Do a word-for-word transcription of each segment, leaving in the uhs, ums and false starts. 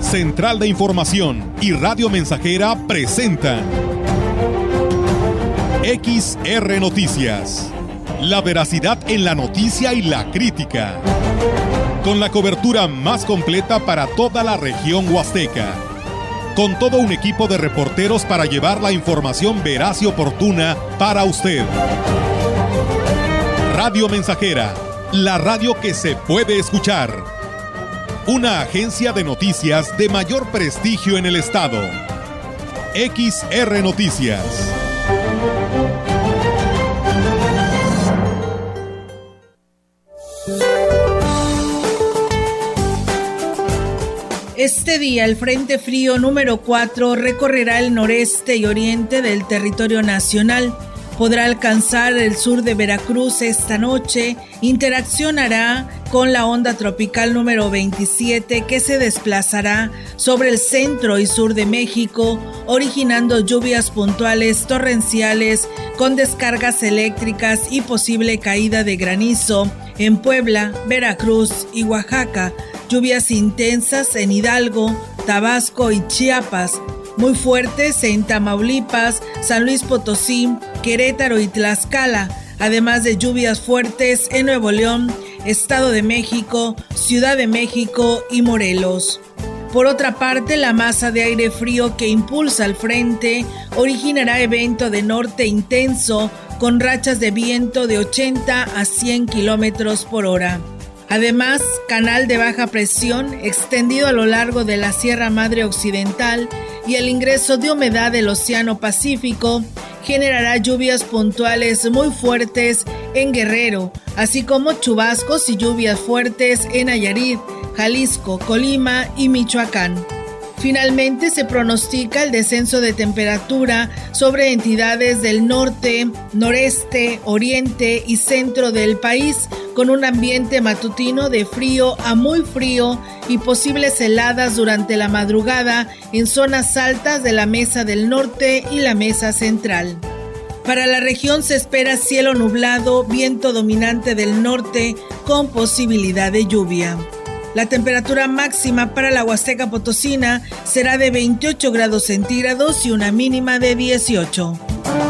Central de Información y Radio Mensajera presentan X R Noticias. La veracidad en la noticia y la crítica. Con la cobertura más completa para toda la región huasteca. Con todo un equipo de reporteros para llevar la información veraz y oportuna para usted. Radio Mensajera, la radio que se puede escuchar. Una agencia de noticias de mayor prestigio en el estado. X R Noticias. Este día, el Frente Frío número cuatro recorrerá el noreste y oriente del territorio nacional. Podrá alcanzar el sur de Veracruz esta noche, interaccionará con la onda tropical número veintisiete que se desplazará sobre el centro y sur de México, originando lluvias puntuales torrenciales con descargas eléctricas y posible caída de granizo en Puebla, Veracruz y Oaxaca, lluvias intensas en Hidalgo, Tabasco y Chiapas, muy fuertes en Tamaulipas, San Luis Potosí, Querétaro y Tlaxcala, además de lluvias fuertes en Nuevo León, Estado de México, Ciudad de México y Morelos. Por otra parte, la masa de aire frío que impulsa el frente originará evento de norte intenso con rachas de viento de ochenta a cien kilómetros por hora. Además, canal de baja presión extendido a lo largo de la Sierra Madre Occidental y el ingreso de humedad del Océano Pacífico generará lluvias puntuales muy fuertes en Guerrero, así como chubascos y lluvias fuertes en Nayarit, Jalisco, Colima y Michoacán. Finalmente, se pronostica el descenso de temperatura sobre entidades del norte, noreste, oriente y centro del país, con un ambiente matutino de frío a muy frío y posibles heladas durante la madrugada en zonas altas de la Mesa del Norte y la Mesa Central. Para la región se espera cielo nublado, viento dominante del norte con posibilidad de lluvia. La temperatura máxima para la Huasteca Potosina será de veintiocho grados centígrados y una mínima de dieciocho.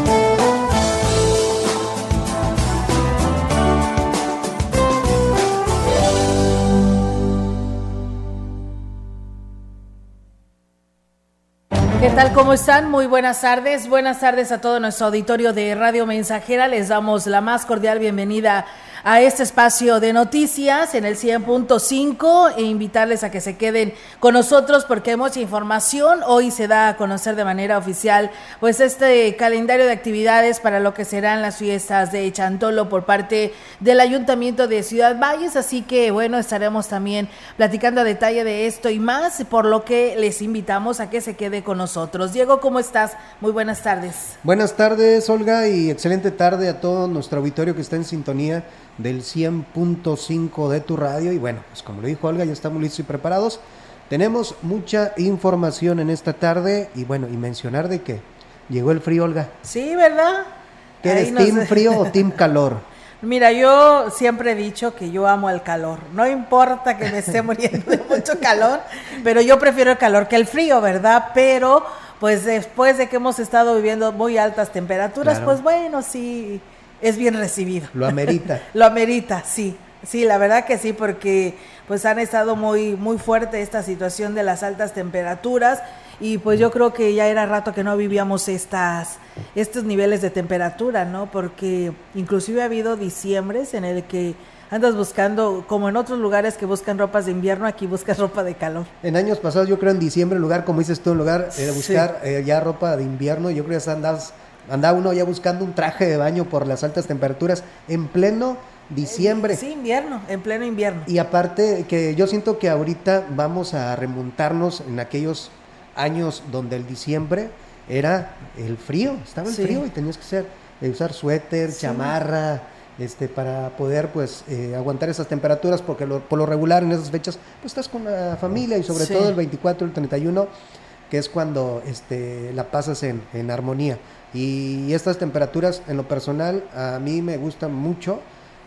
¿Qué tal? ¿Cómo están? Muy buenas tardes. Buenas tardes a todo nuestro auditorio de Radio Mensajera. Les damos la más cordial bienvenida a este espacio de noticias en el cien punto cinco e invitarles a que se queden con nosotros porque hay mucha información. Hoy se da a conocer de manera oficial pues este calendario de actividades para lo que serán las fiestas de Chantolo por parte del Ayuntamiento de Ciudad Valles, así que bueno, estaremos también platicando a detalle de esto y más, por lo que les invitamos a que se quede con nosotros. Diego, ¿cómo estás? Muy buenas tardes. Buenas tardes, Olga, y excelente tarde a todo nuestro auditorio que está en sintonía del cien punto cinco de tu radio. Y bueno, pues como lo dijo Olga, ya estamos listos y preparados. Tenemos mucha información en esta tarde y bueno, y mencionar de que llegó el frío, Olga. Sí, ¿verdad? ¿Qué eres, team frío o team calor? Mira, yo siempre he dicho que yo amo el calor. No importa que me esté muriendo de mucho calor, pero yo prefiero el calor que el frío, ¿verdad? Pero pues después de que hemos estado viviendo muy altas temperaturas, claro, pues bueno, sí, es bien recibido. Lo amerita. Lo amerita, sí. Sí, la verdad que sí, porque pues han estado muy, muy fuerte esta situación de las altas temperaturas y pues yo creo que ya era rato que no vivíamos estas, estos niveles de temperatura, ¿no? Porque inclusive ha habido diciembres en el que andas buscando, como en otros lugares que buscan ropas de invierno, aquí buscas ropa de calor. En años pasados, yo creo en diciembre, en lugar, como dices tú, en lugar de eh, buscar sí. eh, ya ropa de invierno, yo creo que andas, andaba uno ya buscando un traje de baño por las altas temperaturas en pleno diciembre. Sí, invierno, en pleno invierno. Y aparte que yo siento que ahorita vamos a remontarnos en aquellos años donde el diciembre era el frío, estaba el sí. frío y tenías que ser, eh, usar suéter, sí. chamarra, este, para poder pues eh, aguantar esas temperaturas, porque lo, por lo regular en esas fechas pues estás con la familia y sobre sí. todo el veinticuatro, el treinta y uno, que es cuando este, la pasas en, en armonía. Y estas temperaturas en lo personal a mí me gustan mucho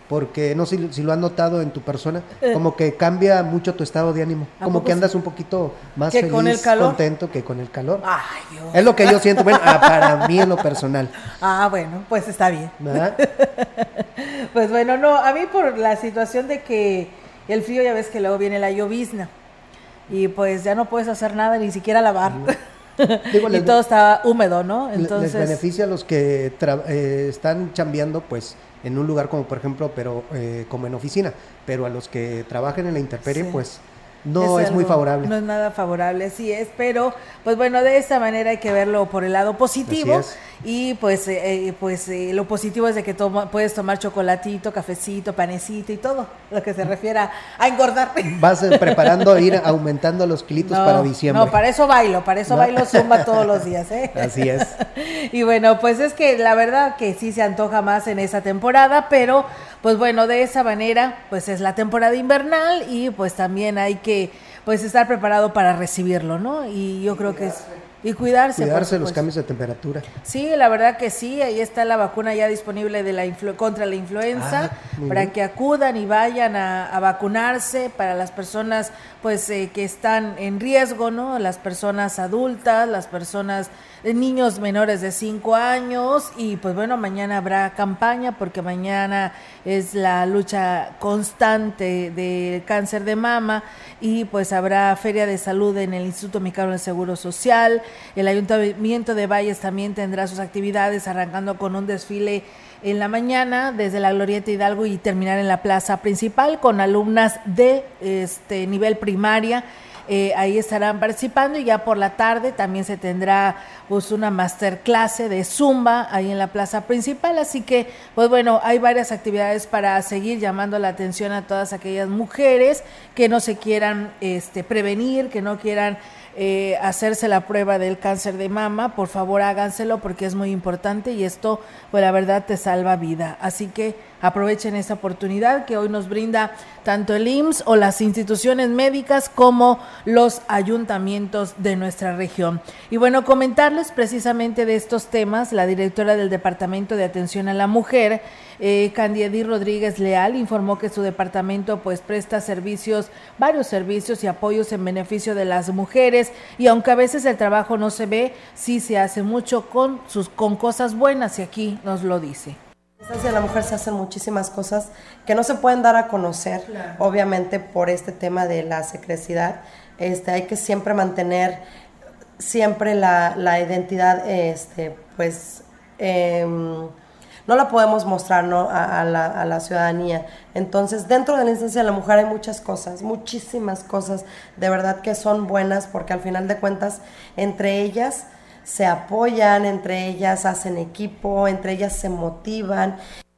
porque no sé si, si lo has notado en tu persona, como que cambia mucho tu estado de ánimo, como que andas un poquito más feliz, con el calor? contento que con el calor. Ay, Dios. Es lo que yo siento, bueno, ah, para mí en lo personal. Ah, bueno, pues está bien. ¿Verdad? Pues bueno, no, a mí por la situación de que el frío, ya ves que luego viene la llovizna y pues ya no puedes hacer nada, ni siquiera lavar. Digo, y les, todo está húmedo, ¿no? Entonces les beneficia a los que tra- eh, están chambeando, pues, en un lugar como, por ejemplo, pero eh, como en oficina, pero a los que trabajan en la intemperie, sí. pues, no es, es algo, muy favorable. No es nada favorable, sí es, pero pues bueno, de esta manera hay que verlo por el lado positivo y pues eh, pues eh, lo positivo es de que toma, puedes tomar chocolatito, cafecito, panecito y todo, lo que se refiere a, a engordar. Vas eh, preparando ir aumentando los kilitos no, para diciembre. No, para eso bailo, para eso ¿no? bailo zumba todos los días, ¿eh? Así es. Y bueno, pues es que la verdad que sí se antoja más en esa temporada, pero pues bueno, de esa manera pues es la temporada invernal y pues también hay que que pues estar preparado para recibirlo, ¿no? Y yo creo que es y cuidarse. Cuidarse los cambios de temperatura. Sí, la verdad que sí, ahí está la vacuna ya disponible de la influ- contra la influenza, ah, para bien. que acudan y vayan a, a vacunarse para las personas pues eh, que están en riesgo, ¿no? Las personas adultas, las personas, eh, niños menores de cinco años y pues bueno, mañana habrá campaña porque mañana es la lucha constante del cáncer de mama y pues habrá feria de salud en el Instituto Mexicano del Seguro Social. El Ayuntamiento de Valles también tendrá sus actividades arrancando con un desfile en la mañana desde la Glorieta Hidalgo y terminar en la plaza principal con alumnas de este nivel primaria. Eh, ahí estarán participando y ya por la tarde también se tendrá pues una masterclass de Zumba ahí en la plaza principal, así que pues bueno, hay varias actividades para seguir llamando la atención a todas aquellas mujeres que no se quieran este, prevenir, que no quieran Eh, hacerse la prueba del cáncer de mama. Por favor háganselo porque es muy importante y esto pues la verdad te salva vida, así que aprovechen esta oportunidad que hoy nos brinda tanto el I M S S o las instituciones médicas como los ayuntamientos de nuestra región. Y bueno, comentarles precisamente de estos temas, la directora del Departamento de Atención a la Mujer, eh, Candiedí Rodríguez Leal, informó que su departamento pues presta servicios, varios servicios y apoyos en beneficio de las mujeres y aunque a veces el trabajo no se ve, sí se hace mucho con, sus, con cosas buenas y aquí nos lo dice. De la mujer se hacen muchísimas cosas que no se pueden dar a conocer, claro. Obviamente por este tema de la secrecidad, este, hay que siempre mantener siempre la, la identidad, este, pues eh, no la podemos mostrar, ¿no? a, a, la, a la ciudadanía. Entonces dentro de la instancia de la mujer hay muchas cosas, muchísimas cosas de verdad que son buenas porque al final de cuentas entre ellas se apoyan, entre ellas hacen equipo, entre ellas se motivan.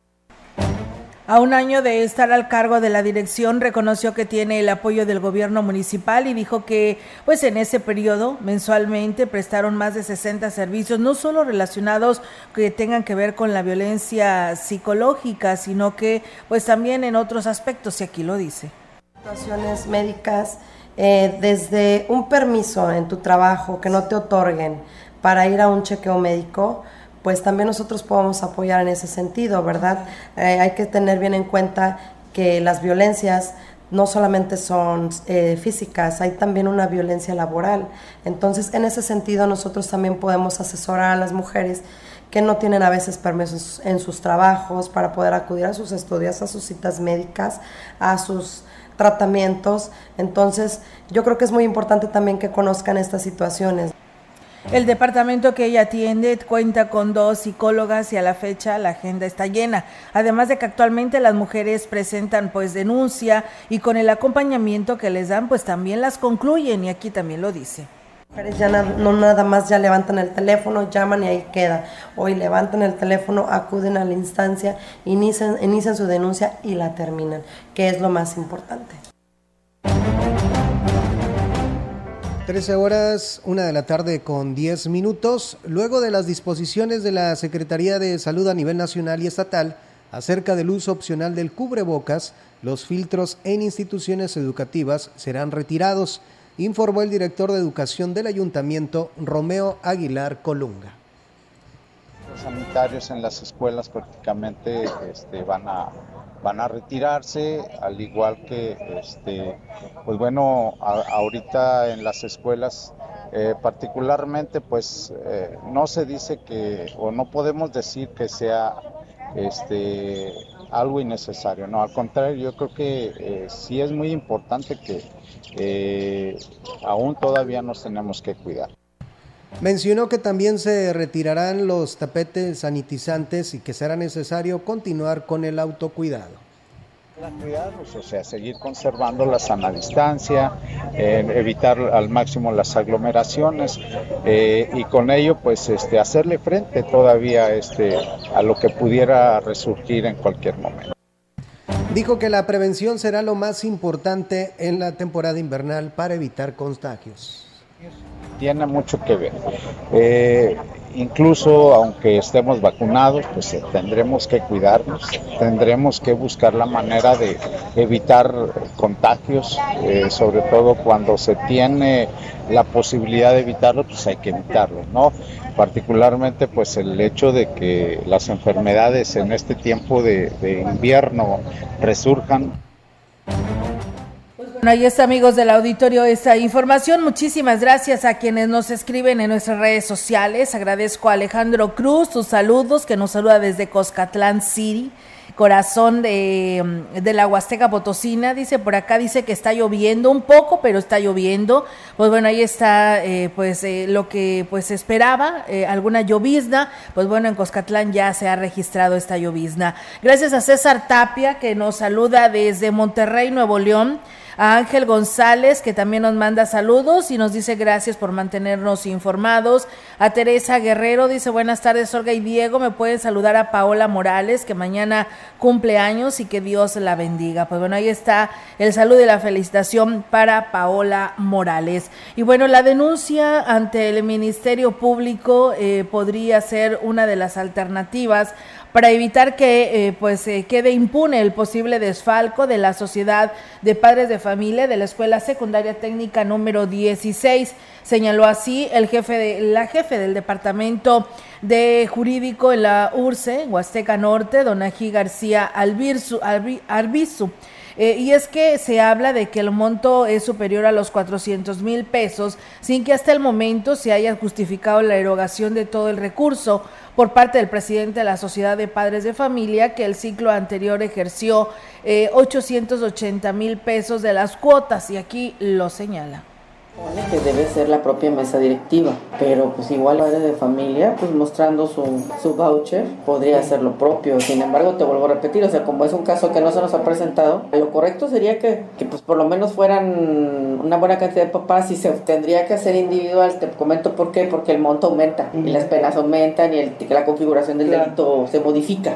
A un año de estar al cargo de la dirección, reconoció que tiene el apoyo del gobierno municipal y dijo que pues en ese periodo mensualmente prestaron más de sesenta servicios, no solo relacionados que tengan que ver con la violencia psicológica, sino que pues también en otros aspectos, y aquí lo dice. Situaciones médicas, eh, desde un permiso en tu trabajo que no te otorguen para ir a un chequeo médico, pues también nosotros podemos apoyar en ese sentido, ¿verdad? Eh, hay que tener bien en cuenta que las violencias no solamente son eh, físicas, hay también una violencia laboral. Entonces, en ese sentido, nosotros también podemos asesorar a las mujeres que no tienen a veces permisos en sus trabajos para poder acudir a sus estudios, a sus citas médicas, a sus tratamientos. Entonces, yo creo que es muy importante también que conozcan estas situaciones. El departamento que ella atiende cuenta con dos psicólogas y a la fecha la agenda está llena. Además de que actualmente las mujeres presentan pues denuncia y con el acompañamiento que les dan pues también las concluyen y aquí también lo dice. Mujeres ya na- no nada más ya levantan el teléfono, llaman y ahí queda. Hoy levantan el teléfono, acuden a la instancia, inician, inician su denuncia y la terminan, que es lo más importante. trece horas, una de la tarde con diez minutos. Luego de las disposiciones de la Secretaría de Salud a nivel nacional y estatal acerca del uso opcional del cubrebocas, los filtros en instituciones educativas serán retirados, informó el director de Educación del Ayuntamiento, Romeo Aguilar Colunga. Los sanitarios en las escuelas prácticamente este, van a van a retirarse, al igual que, este, pues bueno, a, ahorita en las escuelas eh, particularmente, pues eh, no se dice que, o no podemos decir que sea este, algo innecesario, no, al contrario, yo creo que eh, sí es muy importante que eh, aún todavía nos tenemos que cuidar. Mencionó que también se retirarán los tapetes sanitizantes y que será necesario continuar con el autocuidado. Cuidarnos, o sea, seguir conservando la sana distancia, eh, evitar al máximo las aglomeraciones eh, y con ello pues este, hacerle frente todavía este, a lo que pudiera resurgir en cualquier momento. Dijo que la prevención será lo más importante en la temporada invernal para evitar contagios. Tiene mucho que ver. Eh, incluso aunque estemos vacunados, pues eh, tendremos que cuidarnos, tendremos que buscar la manera de evitar contagios, eh, sobre todo cuando se tiene la posibilidad de evitarlo, pues hay que evitarlo, ¿no? Particularmente pues el hecho de que las enfermedades en este tiempo de, de invierno resurjan. Bueno, ahí está, amigos del auditorio, esta información. Muchísimas gracias a quienes nos escriben en nuestras redes sociales. Agradezco a Alejandro Cruz sus saludos, que nos saluda desde Coscatlán City, corazón de, de la Huasteca Potosina. Dice por acá, dice que está lloviendo un poco, pero está lloviendo. Pues bueno, ahí está eh, pues eh, lo que pues esperaba, eh, alguna llovizna. Pues bueno, en Coscatlán ya se ha registrado esta llovizna. Gracias a César Tapia, que nos saluda desde Monterrey, Nuevo León. A Ángel González, que también nos manda saludos y nos dice gracias por mantenernos informados. A Teresa Guerrero, dice buenas tardes Olga y Diego, me pueden saludar a Paola Morales, que mañana cumple años y que Dios la bendiga. Pues bueno, ahí está el saludo y la felicitación para Paola Morales. Y bueno, la denuncia ante el Ministerio Público eh, podría ser una de las alternativas para evitar que eh, pues eh, quede impune el posible desfalco de la Sociedad de Padres de Familia de la Escuela Secundaria Técnica número dieciséis. Señaló así el jefe de la jefe del Departamento de Jurídico en la U R C E, Huasteca Norte, Donají García Albizu, Arbizu. Eh, y es que se habla de que el monto es superior a los cuatrocientos mil pesos, sin que hasta el momento se haya justificado la erogación de todo el recurso por parte del presidente de la Sociedad de Padres de Familia, que el ciclo anterior ejerció eh, ochocientos ochenta mil pesos de las cuotas, y aquí lo señala. Que debe ser la propia mesa directiva, pero pues igual padre de familia, pues mostrando su, su voucher, podría hacer lo propio. Sin embargo, te vuelvo a repetir, o sea, como es un caso que no se nos ha presentado, lo correcto sería que, que pues por lo menos fueran una buena cantidad de papás, y se tendría que hacer individual. Te comento por qué, porque el monto aumenta, y las penas aumentan, y el, la configuración del delito se modifica.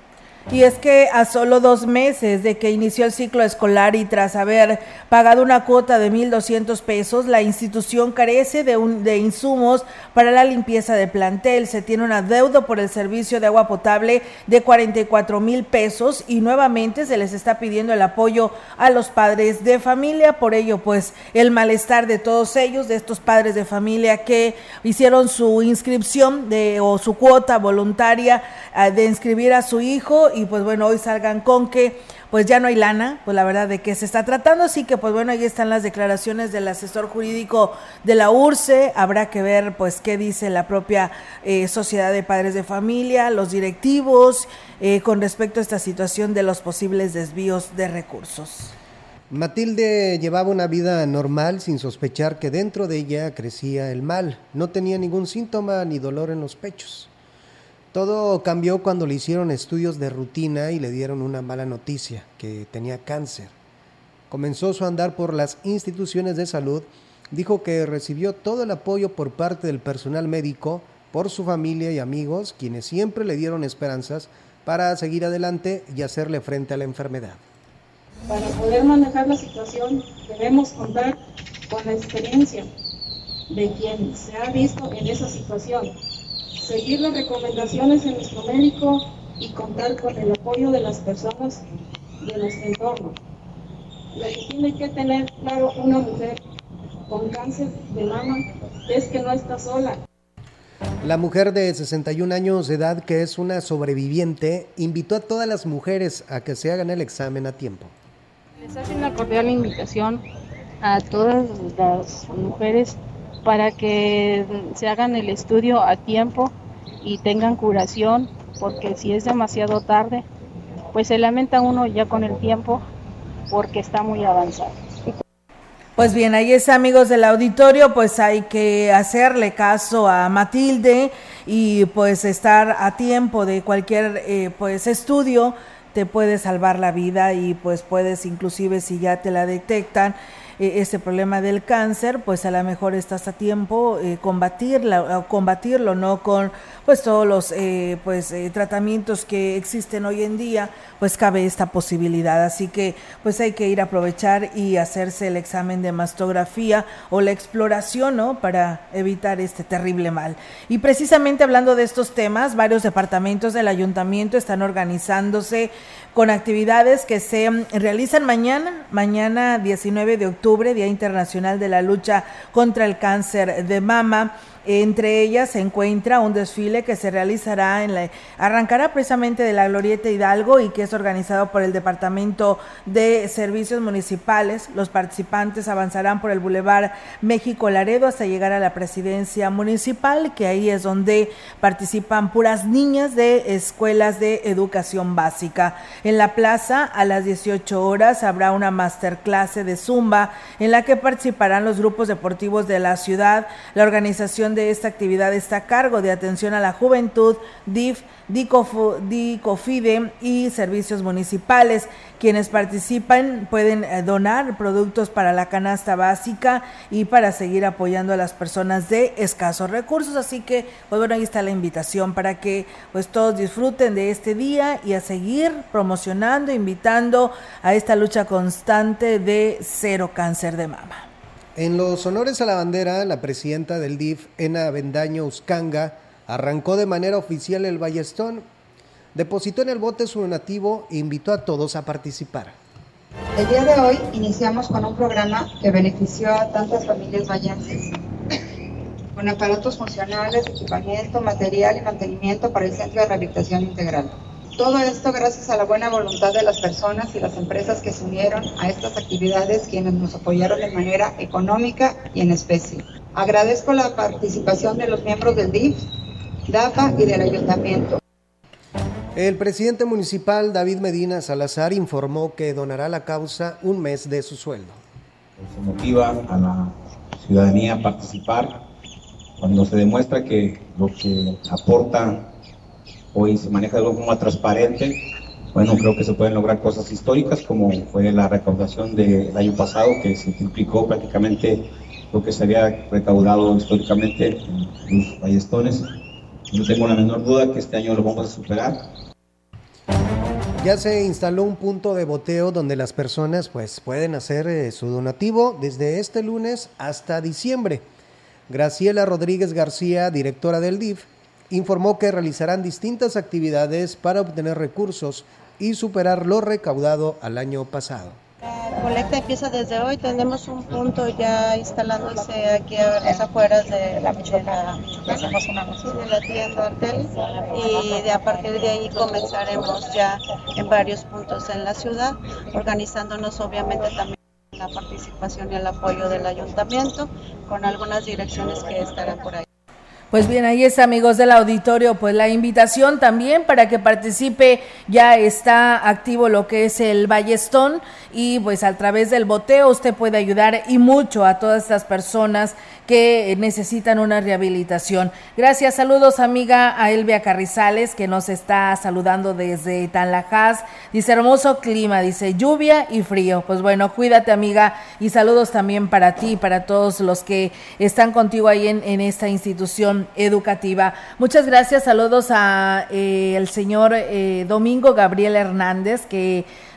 Y es que a solo dos meses de que inició el ciclo escolar y tras haber pagado una cuota de mil doscientos pesos, la institución carece de, un, de insumos para la limpieza de plantel. Se tiene un adeudo por el servicio de agua potable de cuarenta y cuatro mil pesos y nuevamente se les está pidiendo el apoyo a los padres de familia. Por ello, pues, el malestar de todos ellos, de estos padres de familia que hicieron su inscripción de o su cuota voluntaria uh, de inscribir a su hijo, y pues bueno, hoy salgan con que pues ya no hay lana, pues la verdad de qué se está tratando. Así que pues bueno, ahí están las declaraciones del asesor jurídico de la U R C E. Habrá que ver pues qué dice la propia eh, Sociedad de Padres de Familia, los directivos, eh, con respecto a esta situación de los posibles desvíos de recursos. Matilde llevaba una vida normal sin sospechar que dentro de ella crecía el mal. No tenía ningún síntoma ni dolor en los pechos. Todo cambió cuando le hicieron estudios de rutina y le dieron una mala noticia, que tenía cáncer. Comenzó su andar por las instituciones de salud, dijo que recibió todo el apoyo por parte del personal médico, por su familia y amigos, quienes siempre le dieron esperanzas para seguir adelante y hacerle frente a la enfermedad. Para poder manejar la situación debemos contar con la experiencia de quien se ha visto en esa situación, seguir las recomendaciones de nuestro médico y contar con el apoyo de las personas de nuestro entorno. Lo que tiene que tener claro una mujer con cáncer de mama es que no está sola. La mujer de sesenta y un años de edad, que es una sobreviviente, invitó a todas las mujeres a que se hagan el examen a tiempo. Les hace una cordial invitación a todas las mujeres para que se hagan el estudio a tiempo y tengan curación, porque si es demasiado tarde, pues se lamenta uno ya con el tiempo porque está muy avanzado. Pues bien, ahí es, amigos del auditorio, pues hay que hacerle caso a Matilde y pues estar a tiempo de cualquier eh, pues estudio te puede salvar la vida y pues puedes, inclusive si ya te la detectan, eh, ese problema del cáncer, pues a lo mejor estás a tiempo eh, combatirla, combatirlo, ¿no? Con pues todos los eh, pues eh, tratamientos que existen hoy en día, pues cabe esta posibilidad, así que pues hay que ir a aprovechar y hacerse el examen de mastografía o la exploración, ¿no? Para evitar este terrible mal. Y precisamente hablando de estos temas, varios departamentos del ayuntamiento están organizándose con actividades que se realizan mañana, mañana diecinueve de octubre, Día Internacional de la Lucha contra el Cáncer de Mama. Entre ellas se encuentra un desfile que se realizará en la, arrancará precisamente de la Glorieta Hidalgo y que es organizado por el Departamento de Servicios Municipales. Los participantes avanzarán por el Boulevard México Laredo hasta llegar a la Presidencia Municipal, que ahí es donde participan puras niñas de escuelas de educación básica. En la plaza, a las dieciocho horas, habrá una masterclass de Zumba en la que participarán los grupos deportivos de la ciudad. La organización de esta actividad está a cargo de Atención a la Juventud, D I F, DICOFIDE y Servicios Municipales. Quienes participan pueden donar productos para la canasta básica y para seguir apoyando a las personas de escasos recursos. Así que, pues bueno, ahí está la invitación para que pues todos disfruten de este día y a seguir promocionando, invitando a esta lucha constante de cero cáncer de mama. En los honores a la bandera, la presidenta del D I F, Ena Avendaño Uscanga, arrancó de manera oficial el ballestón, depositó en el bote su donativo e invitó a todos a participar. El día de hoy iniciamos con un programa que benefició a tantas familias vallenses, con aparatos funcionales, equipamiento, material y mantenimiento para el Centro de Rehabilitación Integral. Todo esto gracias a la buena voluntad de las personas y las empresas que se unieron a estas actividades, quienes nos apoyaron de manera económica y en especie. Agradezco la participación de los miembros del D I F, D A P A y del Ayuntamiento. El presidente municipal David Medina Salazar informó que donará a la causa un mes de su sueldo. Se motiva a la ciudadanía a participar cuando se demuestra que lo que aporta hoy se maneja de forma transparente. Bueno, creo que se pueden lograr cosas históricas, como fue la recaudación del año pasado, que se triplicó prácticamente lo que se había recaudado históricamente en los ballestones. No tengo la menor duda que este año lo vamos a superar. Ya se instaló un punto de boteo donde las personas pues pueden hacer eh, su donativo desde este lunes hasta diciembre. Graciela Rodríguez García, directora del D I F, informó que realizarán distintas actividades para obtener recursos y superar lo recaudado al año pasado. La colecta empieza desde hoy, tenemos un punto ya instalándose aquí a las afueras de la, de la, de la tienda Artel, y de, a partir de ahí comenzaremos ya en varios puntos en la ciudad, organizándonos obviamente también la participación y el apoyo del ayuntamiento con algunas direcciones que estarán por ahí. Pues bien, ahí es, amigos del auditorio, pues la invitación también para que participe. Ya está activo lo que es el ballestón y pues a través del boteo usted puede ayudar y mucho a todas estas personas que necesitan una rehabilitación. Gracias, saludos amiga a Elvia Carrizales, que nos está saludando desde Tanlajas. Dice, hermoso clima, dice, lluvia y frío. Pues bueno, cuídate amiga, y saludos también para ti y para todos los que están contigo ahí en, en esta institución educativa. Muchas gracias, saludos a eh, el señor eh, Domingo Gabriel Hernández, que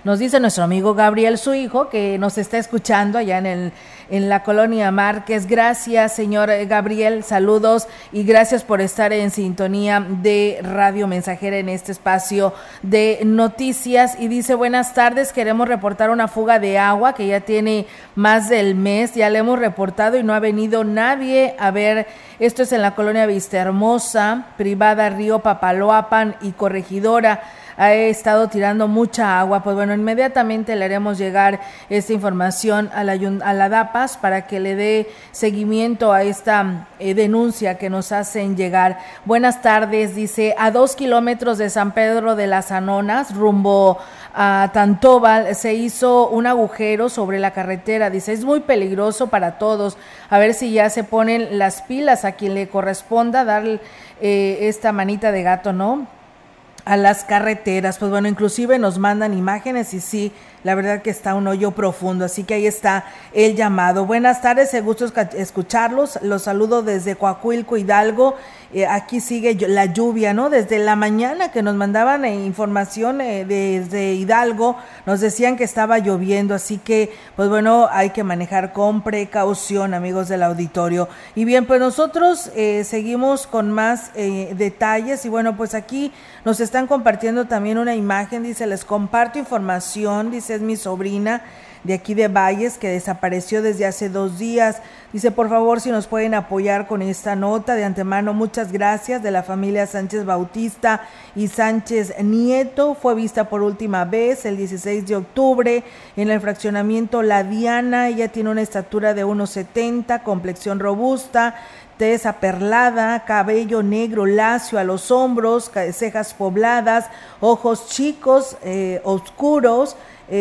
Nos dice nuestro amigo Gabriel, su hijo, que nos está escuchando allá en el en la colonia Márquez. Gracias, señor Gabriel, saludos y gracias por estar en sintonía de Radio Mensajera en este espacio de noticias. Y dice, buenas tardes, queremos reportar una fuga de agua que ya tiene más del mes, ya le hemos reportado y no ha venido nadie a ver. Esto es en la colonia Vistahermosa, Privada, Río Papaloapan y Corregidora. Ha estado tirando mucha agua. Pues bueno, inmediatamente le haremos llegar esta información a la, a la DAPAS para que le dé seguimiento a esta eh, denuncia que nos hacen llegar. Buenas tardes, dice, a dos kilómetros de San Pedro de las Anonas, rumbo a Tantóbal, se hizo un agujero sobre la carretera. Dice, es muy peligroso para todos. A ver si ya se ponen las pilas a quien le corresponda dar eh, esta manita de gato, ¿no?, a las carreteras. Pues bueno, inclusive nos mandan imágenes y sí, la verdad que está un hoyo profundo, así que ahí está el llamado. Buenas tardes, es gusto escucharlos, los saludo desde Coahuilco, Hidalgo. Eh, aquí sigue la lluvia, ¿no? Desde la mañana que nos mandaban eh, información eh, desde Hidalgo, nos decían que estaba lloviendo, así que, pues bueno, hay que manejar con precaución, amigos del auditorio. Y bien, pues nosotros eh, seguimos con más eh, detalles y bueno, pues aquí nos están compartiendo también una imagen, dice, les comparto información, dice, es mi sobrina de aquí de Valles que desapareció desde hace dos días. Dice, por favor, si nos pueden apoyar con esta nota de antemano, muchas gracias, de la familia Sánchez Bautista y Sánchez Nieto. Fue vista por última vez el dieciséis de octubre en el fraccionamiento La Diana. Ella tiene una estatura de uno setenta, complexión robusta, tez aperlada, cabello negro lacio a los hombros, cejas pobladas, ojos chicos, eh, oscuros,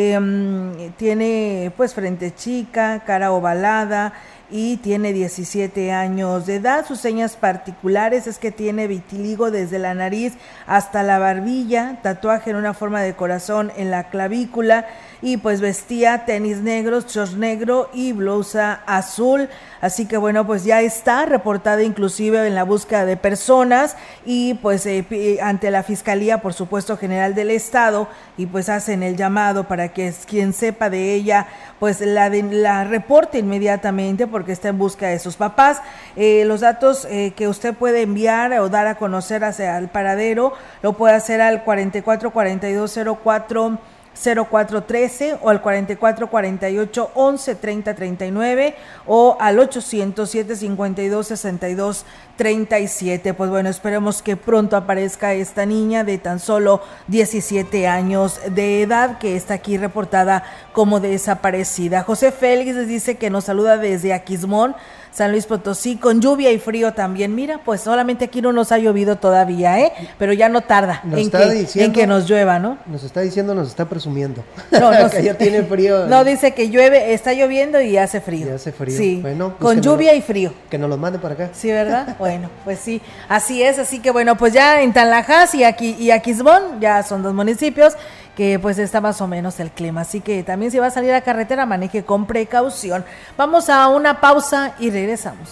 eh, tiene pues frente chica, cara ovalada y tiene diecisiete años de edad. Sus señas particulares es que tiene vitiligo desde la nariz hasta la barbilla, tatuaje en una forma de corazón en la clavícula y pues vestía tenis negros, shorts negro y blusa azul. Así que bueno, pues ya está reportada inclusive en la búsqueda de personas y pues eh, ante la Fiscalía, por supuesto, General del Estado, y pues hacen el llamado para que quien sepa de ella pues la, de, la reporte inmediatamente porque está en busca de sus papás. Eh, los datos eh, que usted puede enviar o dar a conocer hacia el paradero lo puede hacer al cuarenta y cuatro cuarenta y dos cero cuatro cero cuatro trece o al cuarenta y cuatro cuarenta y ocho once treinta treinta y nueve o al ochocientos siete cincuenta y dos sesenta y dos treinta y siete. Pues bueno, esperemos que pronto aparezca esta niña de tan solo diecisiete años de edad que está aquí reportada como desaparecida. José Félix les dice que nos saluda desde Aquismón, San Luis Potosí, con lluvia y frío también. Mira, pues solamente aquí no nos ha llovido todavía, ¿eh? Pero ya no tarda en que, diciendo, en que nos llueva, ¿no? Nos está diciendo, nos está presumiendo. No, nos, que ya tiene frío. No, dice que llueve, está lloviendo y hace frío. Y hace frío. Sí, bueno, pues con lluvia lo, y frío. Que nos lo mande para acá. Sí, ¿verdad? Bueno, pues sí, así es. Así que bueno, pues ya en Tanlajas y, aquí, y Aquismón ya son dos municipios que pues está más o menos el clima, así que también si va a salir a carretera maneje con precaución. Vamos a una pausa y regresamos.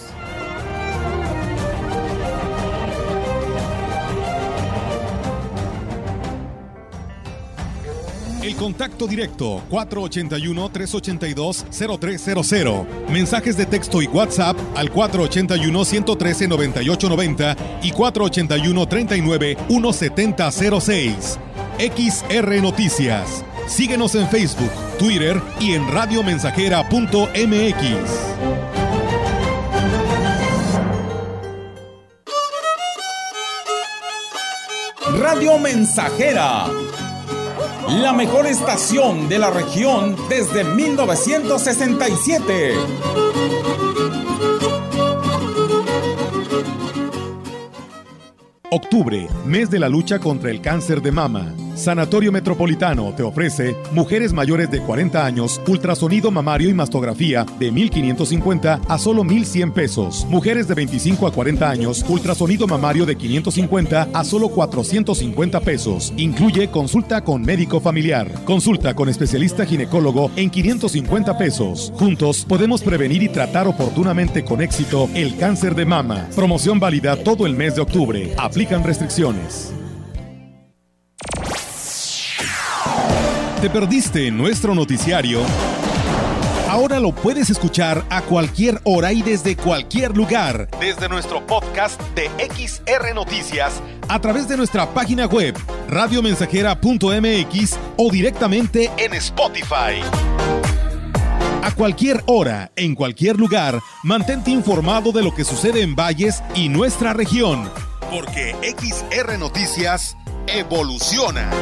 El contacto directo cuatro ochenta y uno, trescientos ochenta y dos, cero tres cero cero. Mensajes de texto y WhatsApp al cuatro ochenta y uno, ciento trece, noventa y ocho noventa y cuatro ochenta y uno, treinta y nueve, ciento setenta cero seis. X R Noticias. Síguenos en Facebook, Twitter y en radiomensajera punto m x. Radio Mensajera, la mejor estación de la región desde mil novecientos sesenta y siete. Octubre, mes de la lucha contra el cáncer de mama. Sanatorio Metropolitano te ofrece mujeres mayores de cuarenta años, ultrasonido mamario y mastografía de mil quinientos cincuenta a solo mil cien pesos. Mujeres de veinticinco a cuarenta años, ultrasonido mamario de quinientos cincuenta a solo cuatrocientos cincuenta pesos. Incluye consulta con médico familiar. Consulta con especialista ginecólogo en quinientos cincuenta pesos. Juntos podemos prevenir y tratar oportunamente con éxito el cáncer de mama. Promoción válida todo el mes de octubre. Aplican restricciones. ¿Te perdiste nuestro noticiario? Ahora lo puedes escuchar a cualquier hora y desde cualquier lugar, desde nuestro podcast de X R Noticias, a través de nuestra página web, radio mensajera punto m x o directamente en Spotify. A cualquier hora, en cualquier lugar, mantente informado de lo que sucede en Valles y nuestra región, porque X R Noticias evoluciona.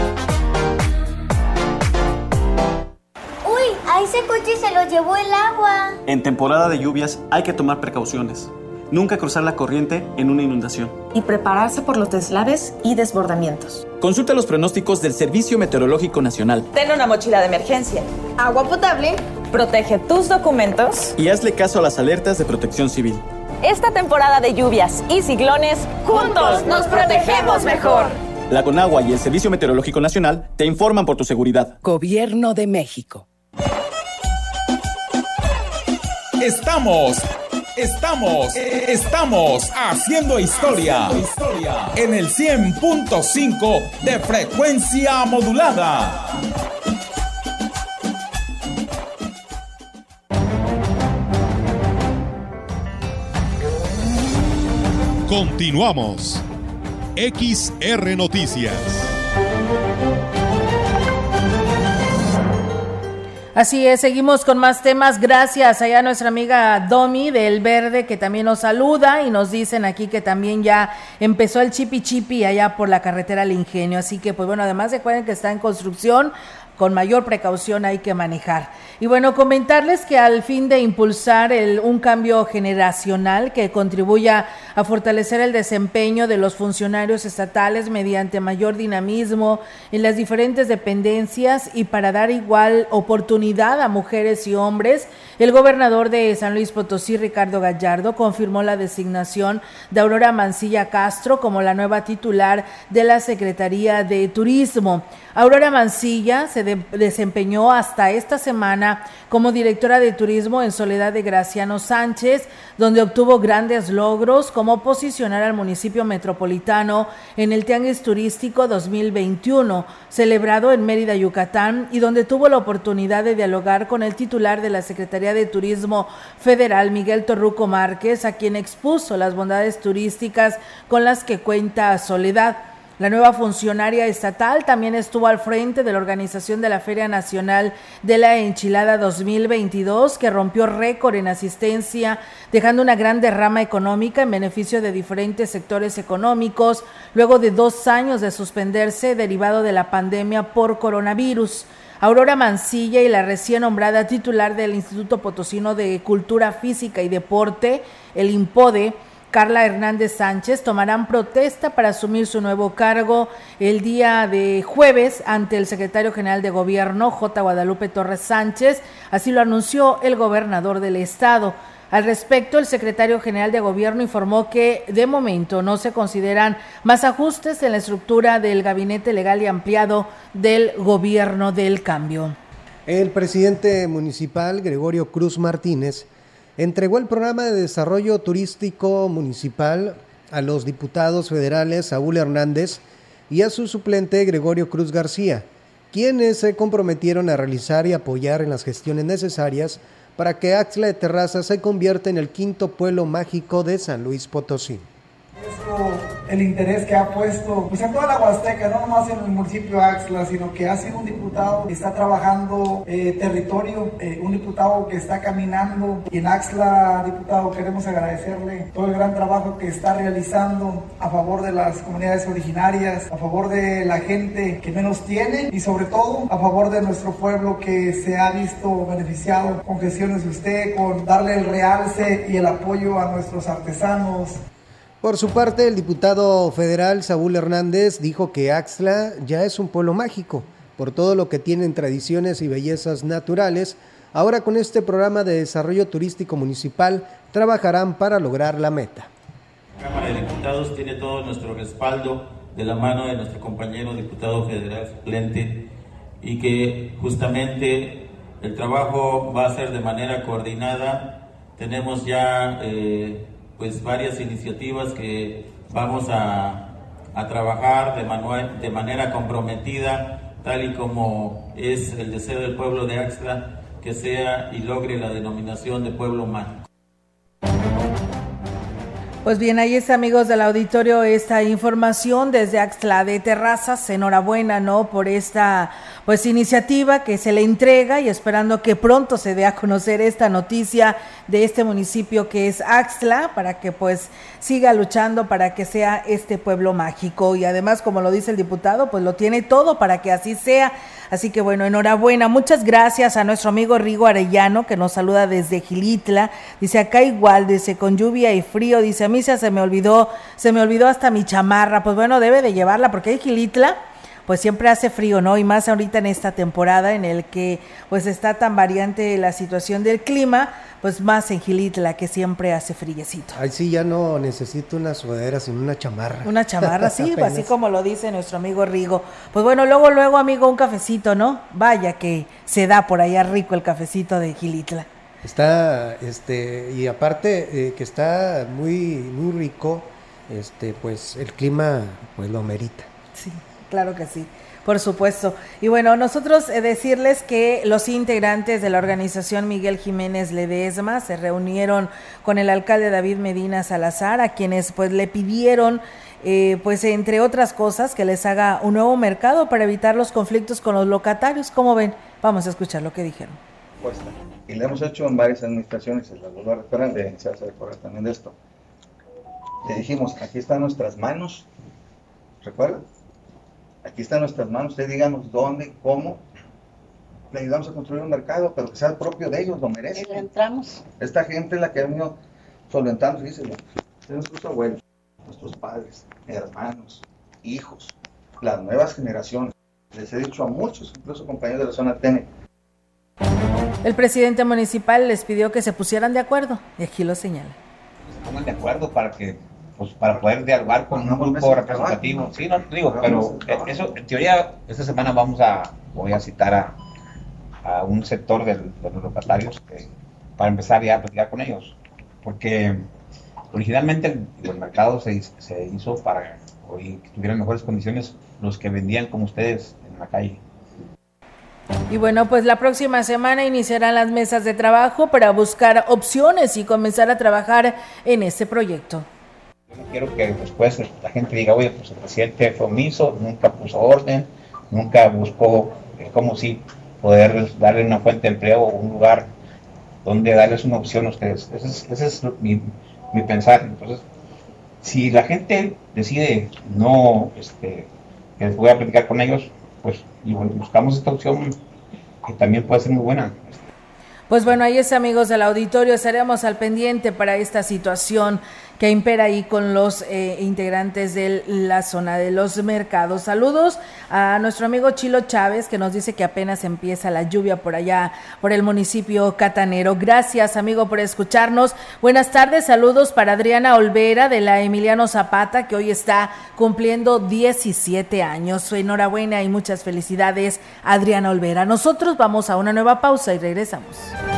A ese coche se lo llevó el agua. En temporada de lluvias hay que tomar precauciones. Nunca cruzar la corriente en una inundación. Y prepararse por los deslaves y desbordamientos. Consulta los pronósticos del Servicio Meteorológico Nacional. Ten una mochila de emergencia. Agua potable. Protege tus documentos. Y hazle caso a las alertas de Protección Civil. Esta temporada de lluvias y ciclones, juntos nos protegemos mejor. La Conagua y el Servicio Meteorológico Nacional te informan por tu seguridad. Gobierno de México. Estamos, estamos, estamos haciendo historia en el cien punto cinco de frecuencia modulada. Continuamos. X R Noticias. Así es, seguimos con más temas. Gracias allá a nuestra amiga Domi del Verde, que también nos saluda y nos dicen aquí que también ya empezó el chipi chipi allá por la carretera al Ingenio. Así que, pues bueno, además recuerden que está en construcción, con mayor precaución hay que manejar. Y bueno, comentarles que al fin de impulsar el, un cambio generacional que contribuya a fortalecer el desempeño de los funcionarios estatales mediante mayor dinamismo en las diferentes dependencias y para dar igual oportunidad a mujeres y hombres, el gobernador de San Luis Potosí, Ricardo Gallardo, confirmó la designación de Aurora Mancilla Castro como la nueva titular de la Secretaría de Turismo. Aurora Mancilla se de- desempeñó hasta esta semana como directora de turismo en Soledad de Graciano Sánchez, donde obtuvo grandes logros como posicionar al municipio metropolitano en el Tianguis Turístico dos mil veintiuno, celebrado en Mérida, Yucatán, y donde tuvo la oportunidad de dialogar con el titular de la Secretaría de Turismo Federal, Miguel Torruco Márquez, a quien expuso las bondades turísticas con las que cuenta Soledad. La nueva funcionaria estatal también estuvo al frente de la organización de la Feria Nacional de la Enchilada dos mil veintidós, que rompió récord en asistencia, dejando una gran derrama económica en beneficio de diferentes sectores económicos, luego de dos años de suspenderse derivado de la pandemia por coronavirus. Aurora Mancilla y la recién nombrada titular del Instituto Potosino de Cultura Física y Deporte, el INPODE, Carla Hernández Sánchez, tomarán protesta para asumir su nuevo cargo el día de jueves ante el secretario general de Gobierno, J. Guadalupe Torres Sánchez, así lo anunció el gobernador del estado. Al respecto, el secretario general de Gobierno informó que de momento no se consideran más ajustes en la estructura del gabinete legal y ampliado del Gobierno del Cambio. El presidente municipal, Gregorio Cruz Martínez, entregó el programa de desarrollo turístico municipal a los diputados federales Saúl Hernández y a su suplente Gregorio Cruz García, quienes se comprometieron a realizar y apoyar en las gestiones necesarias para que Axtla de Terraza se convierta en el quinto pueblo mágico de San Luis Potosí. El interés que ha puesto pues en toda la Huasteca, no nomás en el municipio de Axtla, sino que ha sido un diputado que está trabajando eh, territorio, eh, un diputado que está caminando, y en Axtla, diputado, queremos agradecerle todo el gran trabajo que está realizando a favor de las comunidades originarias, a favor de la gente que menos tiene y sobre todo a favor de nuestro pueblo que se ha visto beneficiado con gestiones de usted, con darle el realce y el apoyo a nuestros artesanos. Por su parte, el diputado federal Saúl Hernández dijo que Axtla ya es un pueblo mágico, por todo lo que tienen tradiciones y bellezas naturales. Ahora con este programa de desarrollo turístico municipal trabajarán para lograr la meta. La Cámara de Diputados tiene todo nuestro respaldo de la mano de nuestro compañero diputado federal suplente y que justamente el trabajo va a ser de manera coordinada. Tenemos ya eh, pues varias iniciativas que vamos a, a trabajar de, manual, de manera comprometida, tal y como es el deseo del pueblo de Axtla que sea y logre la denominación de pueblo mágico. Pues bien, ahí está, amigos del auditorio, esta información desde Axtla de Terrazas. Enhorabuena, ¿no?, por esta pues iniciativa que se le entrega, y esperando que pronto se dé a conocer esta noticia de este municipio que es Axtla, para que pues siga luchando para que sea este pueblo mágico. Y además, como lo dice el diputado, pues lo tiene todo para que así sea. Así que bueno, enhorabuena. Muchas gracias a nuestro amigo Rigo Arellano, que nos saluda desde Gilitla. Dice, acá igual, dice, con lluvia y frío. Dice, a mí se, se me olvidó, se me olvidó hasta mi chamarra. Pues bueno, debe de llevarla, porque hay Gilitla, pues siempre hace frío, ¿no? Y más ahorita en esta temporada en el que pues está tan variante la situación del clima, pues más en Gilitla, que siempre hace friecito. Ay, sí, ya no necesito una sudadera, sino una chamarra. Una chamarra, sí, así como lo dice nuestro amigo Rigo. Pues bueno, luego, luego, amigo, un cafecito, ¿no? Vaya que se da por allá rico el cafecito de Gilitla. Está, este, y aparte eh, que está muy, muy rico, este, pues el clima, pues lo merita. Sí. Claro que sí, por supuesto. Y bueno, nosotros eh, decirles que los integrantes de la organización Miguel Jiménez Ledesma se reunieron con el alcalde David Medina Salazar, a quienes pues le pidieron, eh, pues entre otras cosas, que les haga un nuevo mercado para evitar los conflictos con los locatarios. ¿Cómo ven? Vamos a escuchar lo que dijeron. Y lo hemos hecho en varias administraciones, se las vuelvo a referir, de se hace recordar también de esto. Le dijimos, aquí están nuestras manos, ¿recuerdan? Aquí están nuestras manos, ustedes díganos dónde, cómo, le ayudamos a construir un mercado, pero que sea propio de ellos, lo merecen. Y le entramos. Esta gente es la que ha venido solventando, díselo, nuestros abuelos, nuestros padres, hermanos, hijos, las nuevas generaciones. Les he dicho a muchos, incluso compañeros de la zona T N. El presidente municipal les pidió que se pusieran de acuerdo, y aquí lo señala. Se pongan de acuerdo para que pues para poder dialogar con un grupo representativo. Sí, no digo, pero eso, en teoría, esta semana vamos a, voy a citar a, a un sector del, de los locatarios que, para empezar ya a platicar con ellos, porque originalmente el, el mercado se, se hizo para hoy que tuvieran mejores condiciones los que vendían como ustedes en la calle. Y bueno, pues la próxima semana iniciarán las mesas de trabajo para buscar opciones y comenzar a trabajar en este proyecto. Yo no quiero que después la gente diga, oye, pues el presidente fue omiso, nunca puso orden, nunca buscó eh, cómo sí poder darle una fuente de empleo o un lugar donde darles una opción a ustedes. Ese es, ese es mi, mi pensar. Entonces, si la gente decide no, este, que les voy a platicar con ellos, pues y bueno, buscamos esta opción que también puede ser muy buena. Pues bueno, ahí es, amigos del auditorio, estaremos al pendiente para esta situación que impera ahí con los eh, integrantes de la zona de los mercados. Saludos a nuestro amigo Chilo Chávez, que nos dice que apenas empieza la lluvia por allá, por el municipio catanero. Gracias, amigo, por escucharnos. Buenas tardes, saludos para Adriana Olvera de la Emiliano Zapata, que hoy está cumpliendo diecisiete años. Enhorabuena y muchas felicidades, Adriana Olvera. Nosotros vamos a una nueva pausa y regresamos.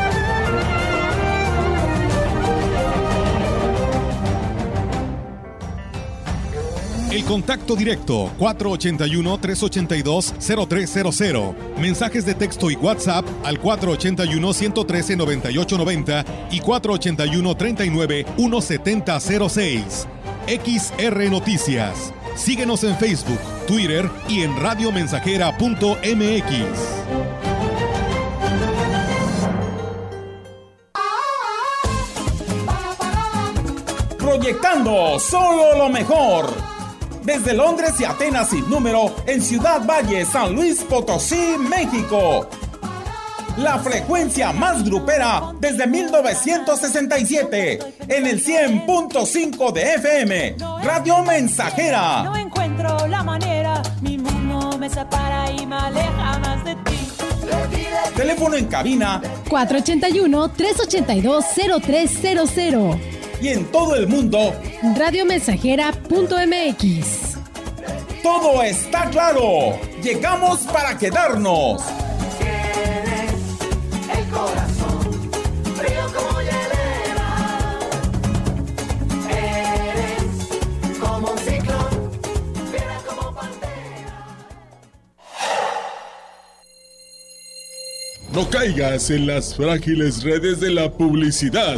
El contacto directo cuatro ochenta y uno, trescientos ochenta y dos, cero tres cero cero. Mensajes de texto y WhatsApp al cuatro ochenta y uno, ciento trece, noventa y ocho noventa y cuatro ochenta y uno, treinta y nueve, ciento setenta cero seis. X R Noticias. Síguenos en Facebook, Twitter y en radiomensajera punto m x. Proyectando solo lo mejor. Desde Londres y Atenas sin número, en Ciudad Valle, San Luis Potosí, México. La frecuencia más grupera desde mil novecientos sesenta y siete, en el cien punto cinco de F M, Radio Mensajera. No encuentro la manera, mi mundo me separa y me aleja más de ti. Teléfono en cabina cuatro ochenta y uno, trescientos ochenta y dos, cero tres cero cero. Y en todo el mundo, radiomensajera punto m x. Todo está claro. Llegamos para quedarnos. Tienes el corazón frío como hielera. Eres como un ciclón, fiera como pantera. No caigas en las frágiles redes de la publicidad.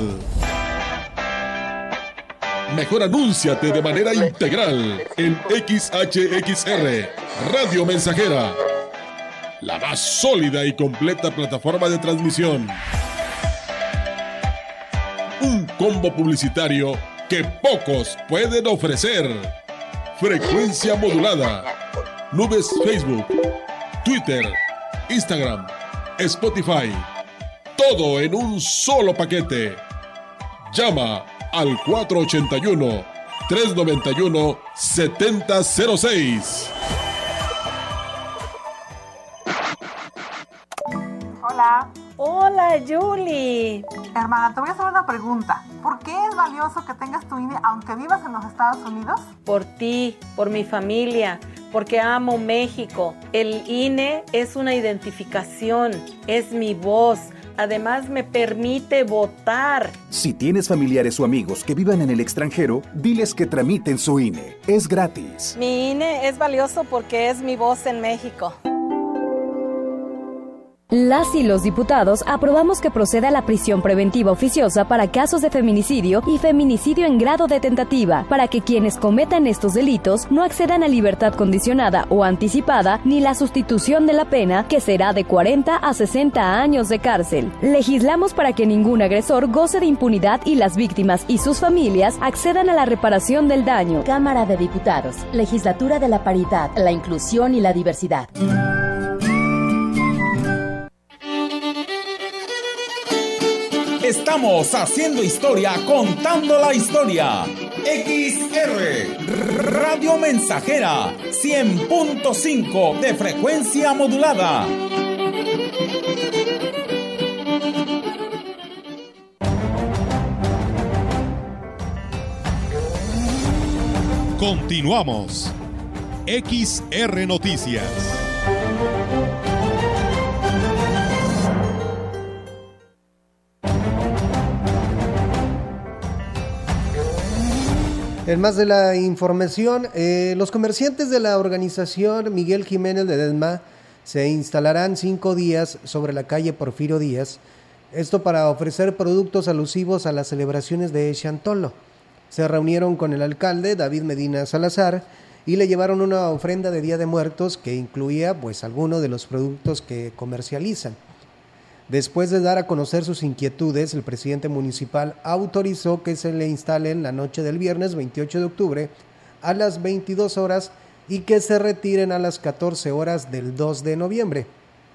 Mejor anúnciate de manera integral en X H X R, Radio Mensajera, la más sólida y completa plataforma de transmisión. Un combo publicitario que pocos pueden ofrecer. Frecuencia modulada. Nubes Facebook, Twitter, Instagram, Spotify. Todo en un solo paquete. Llama al cuatro ochenta y uno, trescientos noventa y uno, setenta cero seis. Hola. Hola, Julie. Hermana, te voy a hacer una pregunta. ¿Por qué es valioso que tengas tu I N E aunque vivas en los Estados Unidos? Por ti, por mi familia, porque amo México. El I N E es una identificación, es mi voz. Además, me permite votar. Si tienes familiares o amigos que vivan en el extranjero, diles que tramiten su I N E. Es gratis. Mi I N E es valioso porque es mi voz en México. Las y los diputados aprobamos que proceda la prisión preventiva oficiosa para casos de feminicidio y feminicidio en grado de tentativa, para que quienes cometan estos delitos no accedan a libertad condicionada o anticipada ni la sustitución de la pena, que será de cuarenta a sesenta años de cárcel. Legislamos para que ningún agresor goce de impunidad y las víctimas y sus familias accedan a la reparación del daño. Cámara de Diputados, Legislatura de la Paridad, la Inclusión y la Diversidad. Estamos haciendo historia, contando la historia. X R, Radio Mensajera, cien punto cinco de frecuencia modulada. Continuamos. X R Noticias. En más de la información, eh, los comerciantes de la organización Miguel Jiménez de Ledesma se instalarán cinco días sobre la calle Porfirio Díaz, esto para ofrecer productos alusivos a las celebraciones de Chantolo. Se reunieron con el alcalde David Medina Salazar y le llevaron una ofrenda de Día de Muertos que incluía pues algunos de los productos que comercializan. Después de dar a conocer sus inquietudes, el presidente municipal autorizó que se le instalen la noche del viernes veintiocho de octubre a las veintidós horas y que se retiren a las catorce horas del dos de noviembre.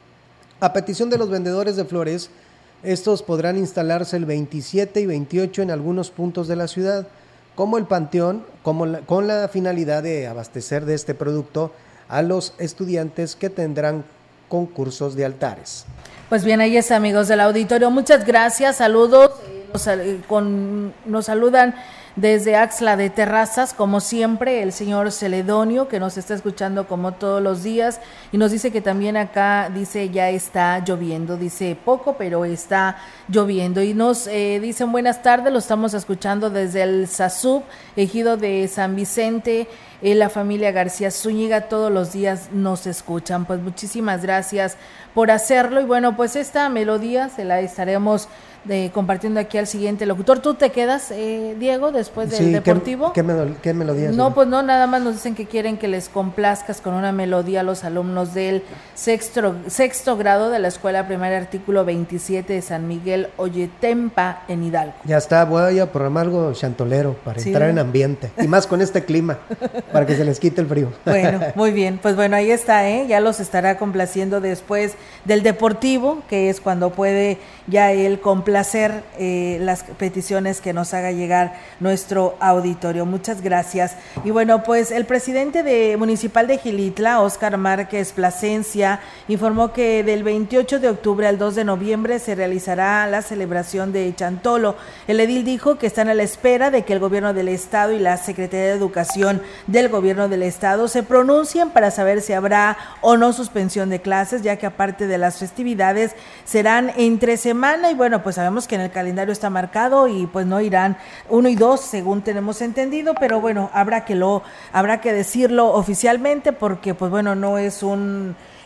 A petición de los vendedores de flores, estos podrán instalarse el veintisiete y veintiocho en algunos puntos de la ciudad, como el Panteón, como la, con la finalidad de abastecer de este producto a los estudiantes que tendrán concursos de altares. Pues bien, ahí es, amigos del auditorio, muchas gracias, saludos, nos, con, nos saludan desde Axtla de Terrazas, como siempre, el señor Celedonio, que nos está escuchando como todos los días, y nos dice que también acá, dice, ya está lloviendo, dice poco, pero está lloviendo, y nos eh, dicen buenas tardes, lo estamos escuchando desde el Sasub, ejido de San Vicente, eh, la familia García Zúñiga, todos los días nos escuchan, pues muchísimas gracias por hacerlo, y bueno, pues esta melodía se la estaremos de compartiendo aquí al siguiente locutor. ¿Tú te quedas, eh, Diego, después del sí, deportivo? ¿qué, qué, qué melodía? No, pues no, nada más nos dicen que quieren que les complazcas con una melodía a los alumnos del sexto, sexto grado de la Escuela Primaria Artículo veintisiete de San Miguel Oyetempa en Hidalgo. Ya está, voy a programar algo chantolero para sí, entrar en ambiente, y más con este clima, para que se les quite el frío. Bueno, muy bien, pues bueno, ahí está, ¿eh? Ya los estará complaciendo después del deportivo, que es cuando puede ya él complacer placer eh, las peticiones que nos haga llegar nuestro auditorio. Muchas gracias. Y bueno, pues el presidente de municipal de Xilitla, Óscar Márquez Plasencia, informó que del veintiocho de octubre al dos de noviembre se realizará la celebración de Chantolo. El edil dijo que están a la espera de que el gobierno del estado y la Secretaría de Educación del gobierno del estado se pronuncien para saber si habrá o no suspensión de clases, ya que aparte de las festividades serán entre semana, y bueno, pues sabemos que en el calendario está marcado y pues no irán uno y dos según tenemos entendido, pero bueno, habrá que lo habrá que decirlo oficialmente porque pues bueno, no es un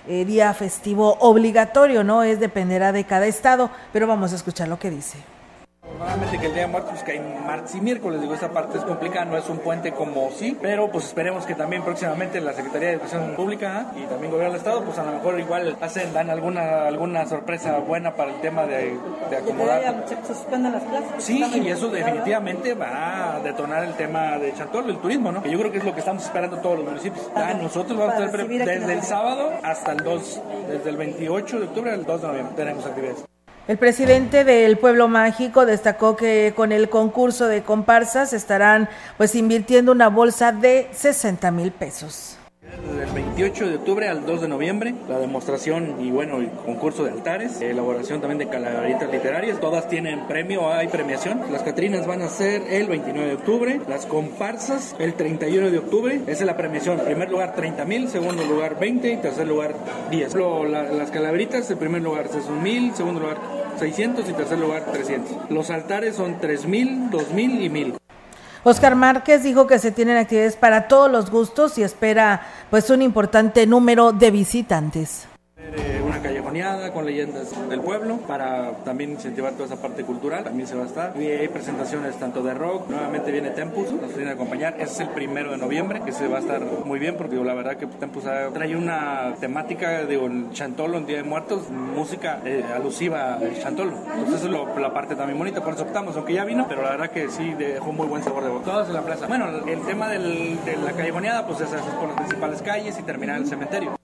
eh, día festivo obligatorio, ¿no? Es dependerá de cada estado, pero vamos a escuchar lo que dice. Normalmente que el Día de Muertos cae martes y miércoles, digo, esa parte es complicada, no es un puente como sí, pero pues esperemos que también próximamente la Secretaría de Educación Pública ¿eh? y también Gobierno del Estado, pues a lo mejor igual hacen, dan alguna alguna sorpresa buena para el tema de, de acomodar. ¿Se suspenden las clases? Sí, y eso definitivamente va a detonar el tema de Chantolo, el turismo, ¿no? Que yo creo que es lo que estamos esperando todos los municipios. Ah, nosotros vamos a estar desde el sábado hasta el dos, desde el veintiocho de octubre al dos de noviembre tenemos actividades. El presidente del Pueblo Mágico destacó que con el concurso de comparsas estarán pues invirtiendo una bolsa de sesenta mil pesos. Desde el veintiocho de octubre al dos de noviembre, la demostración y bueno, el concurso de altares, elaboración también de calaveritas literarias, todas tienen premio, hay premiación. Las Catrinas van a ser el veintinueve de octubre, las comparsas el treinta y uno de octubre, esa es la premiación. En primer lugar treinta mil, segundo lugar veinte y tercer lugar diez. Lo, la, las calaveritas, en primer lugar es un mil, segundo lugar seiscientos y tercer lugar trescientos. Los altares son tres mil, dos mil y mil. Oscar Márquez dijo que se tienen actividades para todos los gustos y espera pues un importante número de visitantes. Una callejoneada con leyendas del pueblo para también incentivar toda esa parte cultural, también se va a estar. Y hay presentaciones tanto de rock, nuevamente viene Tempus, nos viene a acompañar, ese es el primero de noviembre, que se va a estar muy bien porque digo, la verdad que Tempus trae una temática, digo, el Chantolo en Día de Muertos, música eh, alusiva al Chantolo, entonces esa es lo, la parte también bonita, por eso optamos, aunque ya vino, pero la verdad que sí dejó muy buen sabor de boca. Todas en la plaza. Bueno, el tema del, de la callejoneada, pues esas es por las principales calles y terminar el cementerio.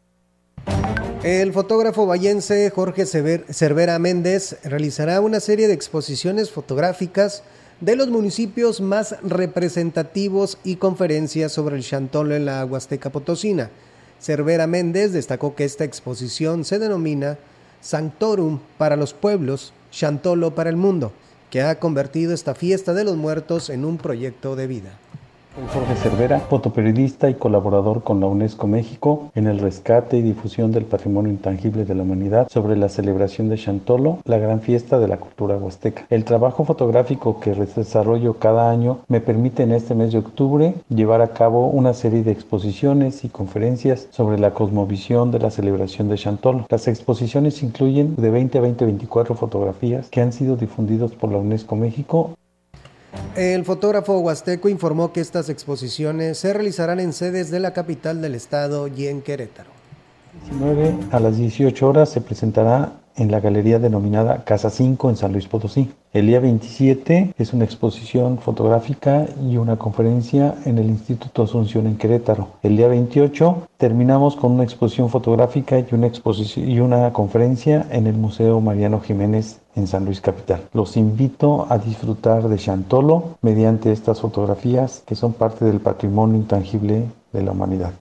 El fotógrafo vallense Jorge Cervera Méndez realizará una serie de exposiciones fotográficas de los municipios más representativos y conferencias sobre el Chantolo en la Huasteca Potosina. Cervera Méndez destacó que esta exposición se denomina Sanctorum para los pueblos, Chantolo para el mundo, que ha convertido esta fiesta de los muertos en un proyecto de vida. Soy Jorge Cervera, fotoperiodista y colaborador con la UNESCO México en el rescate y difusión del patrimonio intangible de la humanidad sobre la celebración de Chantolo, la gran fiesta de la cultura huasteca. El trabajo fotográfico que desarrollo cada año me permite en este mes de octubre llevar a cabo una serie de exposiciones y conferencias sobre la cosmovisión de la celebración de Chantolo. Las exposiciones incluyen de veinte a veinte a veinticuatro fotografías que han sido difundidos por la UNESCO México. El fotógrafo huasteco informó que estas exposiciones se realizarán en sedes de la capital del estado y en Querétaro. diecinueve a las dieciocho horas se presentará en la galería denominada Casa cinco en San Luis Potosí. El día veintisiete es una exposición fotográfica y una conferencia en el Instituto Asunción en Querétaro. El día veintiocho terminamos con una exposición fotográfica y una, exposición, y una conferencia en el Museo Mariano Jiménez en San Luis Capital. Los invito a disfrutar de Chantolo mediante estas fotografías que son parte del patrimonio intangible de la humanidad.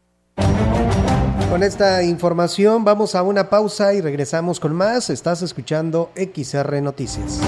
Con esta información vamos a una pausa y regresamos con más. Estás escuchando X R Noticias.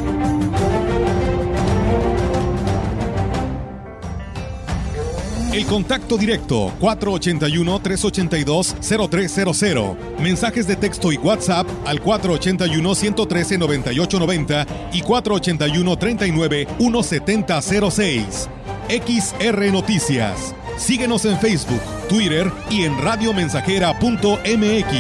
El contacto directo cuatro ocho uno, tres ocho dos, cero tres cero cero. Mensajes de texto y WhatsApp al cuatro ocho uno, uno uno tres, nueve ocho nueve cero y cuatro ocho uno, tres nueve, uno siete cero cero seis. X R Noticias. Síguenos en Facebook, Twitter y en radiomensajera punto m x.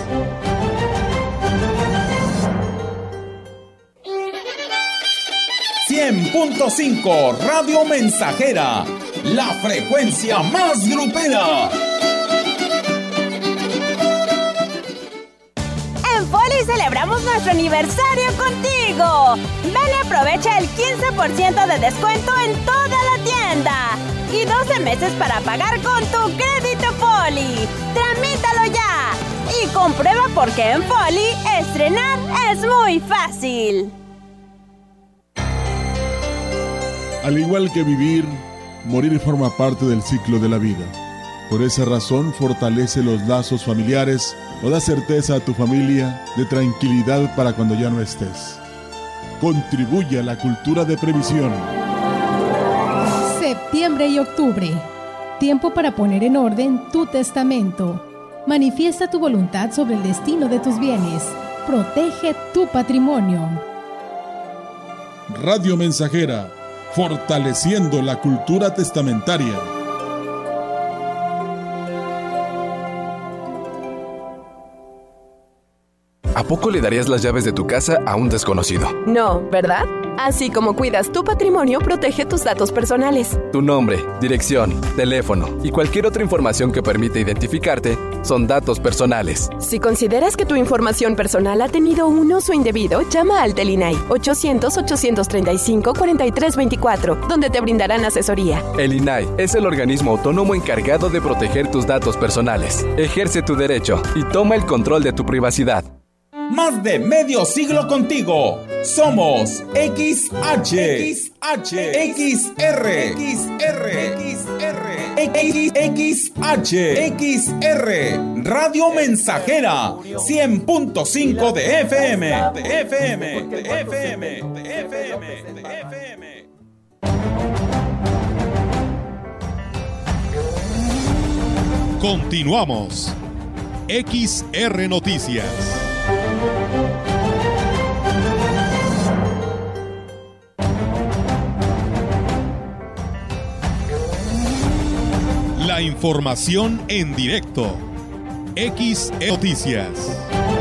cien punto cinco Radio Mensajera, la frecuencia más grupera. En Foli celebramos nuestro aniversario contigo. Ven y aprovecha el quince por ciento de descuento en toda la tienda. Y doce meses para pagar con tu crédito Foli. Tramítalo ya. Y comprueba por qué en Foli estrenar es muy fácil. Al igual que vivir, morir forma parte del ciclo de la vida. Por esa razón, fortalece los lazos familiares o da certeza a tu familia de tranquilidad para cuando ya no estés. Contribuye a la cultura de previsión. Septiembre y octubre. Tiempo para poner en orden tu testamento. Manifiesta tu voluntad sobre el destino de tus bienes. Protege tu patrimonio. Radio Mensajera, fortaleciendo la cultura testamentaria. poco le darías las llaves de tu casa a un desconocido? No, ¿verdad? Así como cuidas tu patrimonio, protege tus datos personales. Tu nombre, dirección, teléfono y cualquier otra información que permita identificarte son datos personales. Si consideras que tu información personal ha tenido un uso indebido, llama al Telinai ochocientos, ochocientos treinta y cinco, cuarenta y tres veinticuatro, donde te brindarán asesoría. El I N A I es el organismo autónomo encargado de proteger tus datos personales. Ejerce tu derecho y toma el control de tu privacidad. Más de medio siglo contigo. Somos X H, X H, X R, X R, X R, X, X H, X R, Radio Mensajera, cien punto cinco de F M, de F M, de F M, de F M, de F M. Continuamos. X R Noticias. La información en directo. X R Noticias.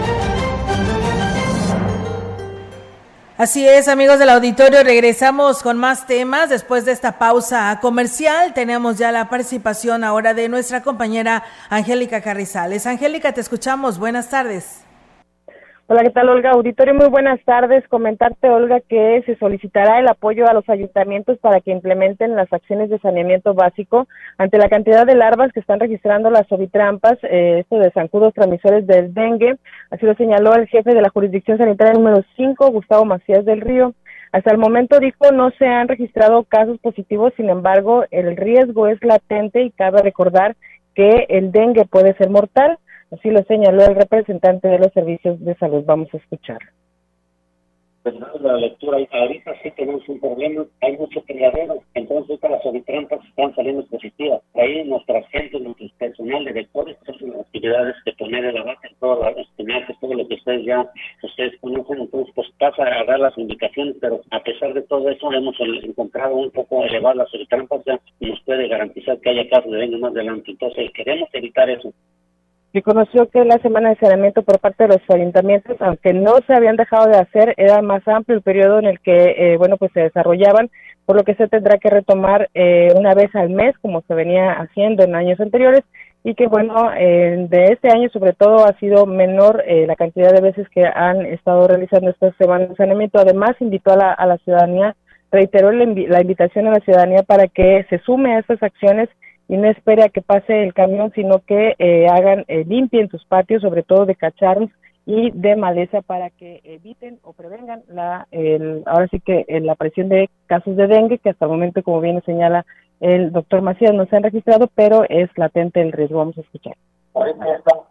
Así es, amigos del auditorio, regresamos con más temas después de esta pausa comercial. Tenemos ya la participación ahora de nuestra compañera Angélica Carrizales. Angélica, te escuchamos. Buenas tardes. Hola, ¿qué tal, Olga? Auditorio, muy buenas tardes. Comentarte, Olga, que se solicitará el apoyo a los ayuntamientos para que implementen las acciones de saneamiento básico ante la cantidad de larvas que están registrando las ovitrampas, eh, esto de zancudos transmisores del dengue. Así lo señaló el jefe de la jurisdicción sanitaria número cinco, Gustavo Macías del Río. Hasta el momento, dijo, no se han registrado casos positivos, sin embargo, el riesgo es latente y cabe recordar que el dengue puede ser mortal. Así lo señaló el representante de los servicios de salud. Vamos a escuchar. Pues la lectura, ahorita sí tenemos un problema, hay muchos criaderos, entonces las ovitrampas están saliendo positivas. Ahí nuestra gente, nuestro personal, directores, hacen las actividades de poner el abate, todas las espinacas, todo lo que ustedes ya ustedes conocen, entonces pues pasa a dar las indicaciones, pero a pesar de todo eso hemos encontrado un poco elevadas las ovitrampas, ya nos puede garantizar que haya casos de dengue más adelante, entonces queremos evitar eso. Reconoció que la semana de saneamiento por parte de los ayuntamientos, aunque no se habían dejado de hacer, era más amplio el periodo en el que, eh, bueno, pues se desarrollaban, por lo que se tendrá que retomar eh, una vez al mes, como se venía haciendo en años anteriores, y que, bueno, eh, de este año sobre todo ha sido menor eh, la cantidad de veces que han estado realizando estas semanas de saneamiento. Además, invitó a la, a la ciudadanía, reiteró la, invi- la invitación a la ciudadanía para que se sume a estas acciones y no espere a que pase el camión, sino que eh, hagan, eh, limpien sus patios, sobre todo de cacharros y de maleza, para que eviten o prevengan la, el, ahora sí que la aparición de casos de dengue, que hasta el momento, como bien señala el doctor Macías, no se han registrado, pero es latente el riesgo. Vamos a escuchar. Ahorita ya estamos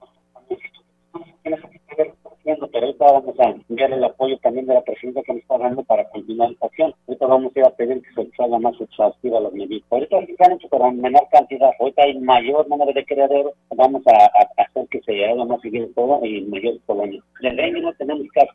pero ahorita vamos a enviar el apoyo también de la presidenta que nos está dando para continuar la acción. Ahorita vamos a ir a pedir que se haga más exhaustiva las medidas. Ahorita se han hecho, pero en menor cantidad. Ahorita hay mayor número de criaderos. Vamos a, a hacer que se haga más seguido todo y mayor colonia. De dengue no tenemos casos.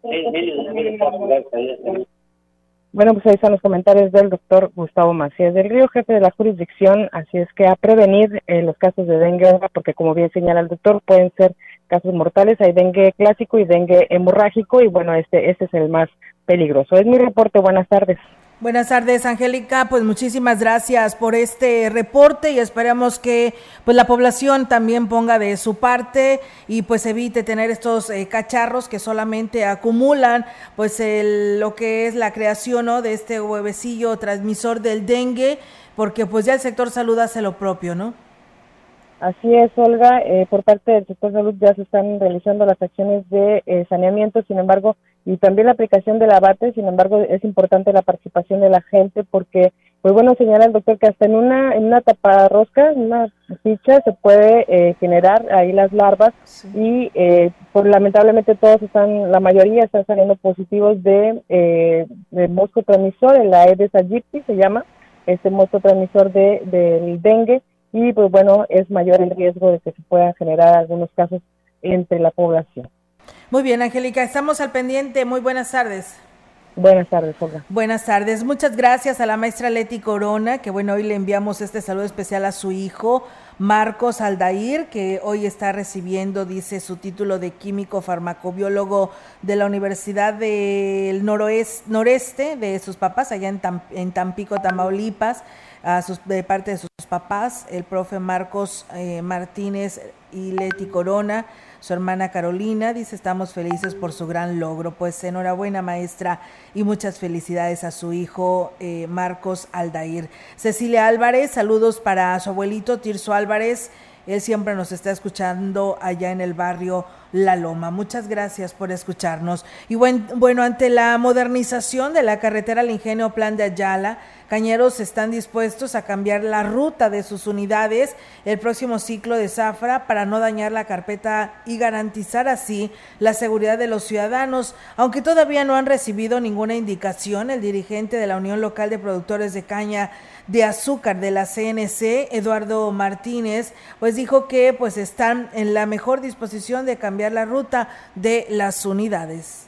Bueno, pues ahí están los comentarios del doctor Gustavo Macías del Río, jefe de la jurisdicción. Así es que a prevenir eh, los casos de dengue, porque como bien señala el doctor, pueden ser casos mortales. Hay dengue clásico y dengue hemorrágico, y bueno, este este es el más peligroso. Es mi reporte. Buenas tardes. Buenas tardes, Angélica. Pues muchísimas gracias por este reporte y esperamos que pues la población también ponga de su parte y pues evite tener estos eh, cacharros que solamente acumulan pues el, lo que es la creación, ¿no?, de este huevecillo transmisor del dengue, porque pues ya el sector salud hace lo propio, ¿no? Así es, Olga. Eh, por parte del sector salud ya se están realizando las acciones de eh, saneamiento, sin embargo, y también la aplicación del abate. Sin embargo, es importante la participación de la gente porque, pues bueno, señala el doctor que hasta en una en una taparrosca, en una ficha, se puede eh, generar ahí las larvas, sí. y eh, pues lamentablemente todos están, la mayoría están saliendo positivos de, eh, de mosco transmisor, el Aedes aegypti se llama, este mosco transmisor de del dengue, y pues bueno, es mayor el riesgo de que se puedan generar algunos casos entre la población. Muy bien, Angélica, estamos al pendiente. Muy buenas tardes. Buenas tardes, Olga. Buenas tardes. Muchas gracias a la maestra Leti Corona, que bueno, hoy le enviamos este saludo especial a su hijo, Marcos Aldair, que hoy está recibiendo, dice, su título de químico farmacobiólogo de la Universidad del Noroeste, Noreste de sus papás, allá en, Tam, en Tampico, Tamaulipas, a sus, de parte de sus papás, el profe Marcos eh, Martínez y Leti Corona, su hermana Carolina, dice, estamos felices por su gran logro. Pues enhorabuena, maestra, y muchas felicidades a su hijo eh, Marcos Aldair. Cecilia Álvarez, saludos para su abuelito Tirso Álvarez, él siempre nos está escuchando allá en el barrio La Loma. Muchas gracias por escucharnos. Y buen, bueno, ante la modernización de la carretera al Ingenio Plan de Ayala, cañeros están dispuestos a cambiar la ruta de sus unidades el próximo ciclo de zafra para no dañar la carpeta y garantizar así la seguridad de los ciudadanos. Aunque todavía no han recibido ninguna indicación, el dirigente de la Unión Local de Productores de Caña de Azúcar de la C N C, Eduardo Martínez, pues dijo que pues están en la mejor disposición de cambiar la ruta de las unidades.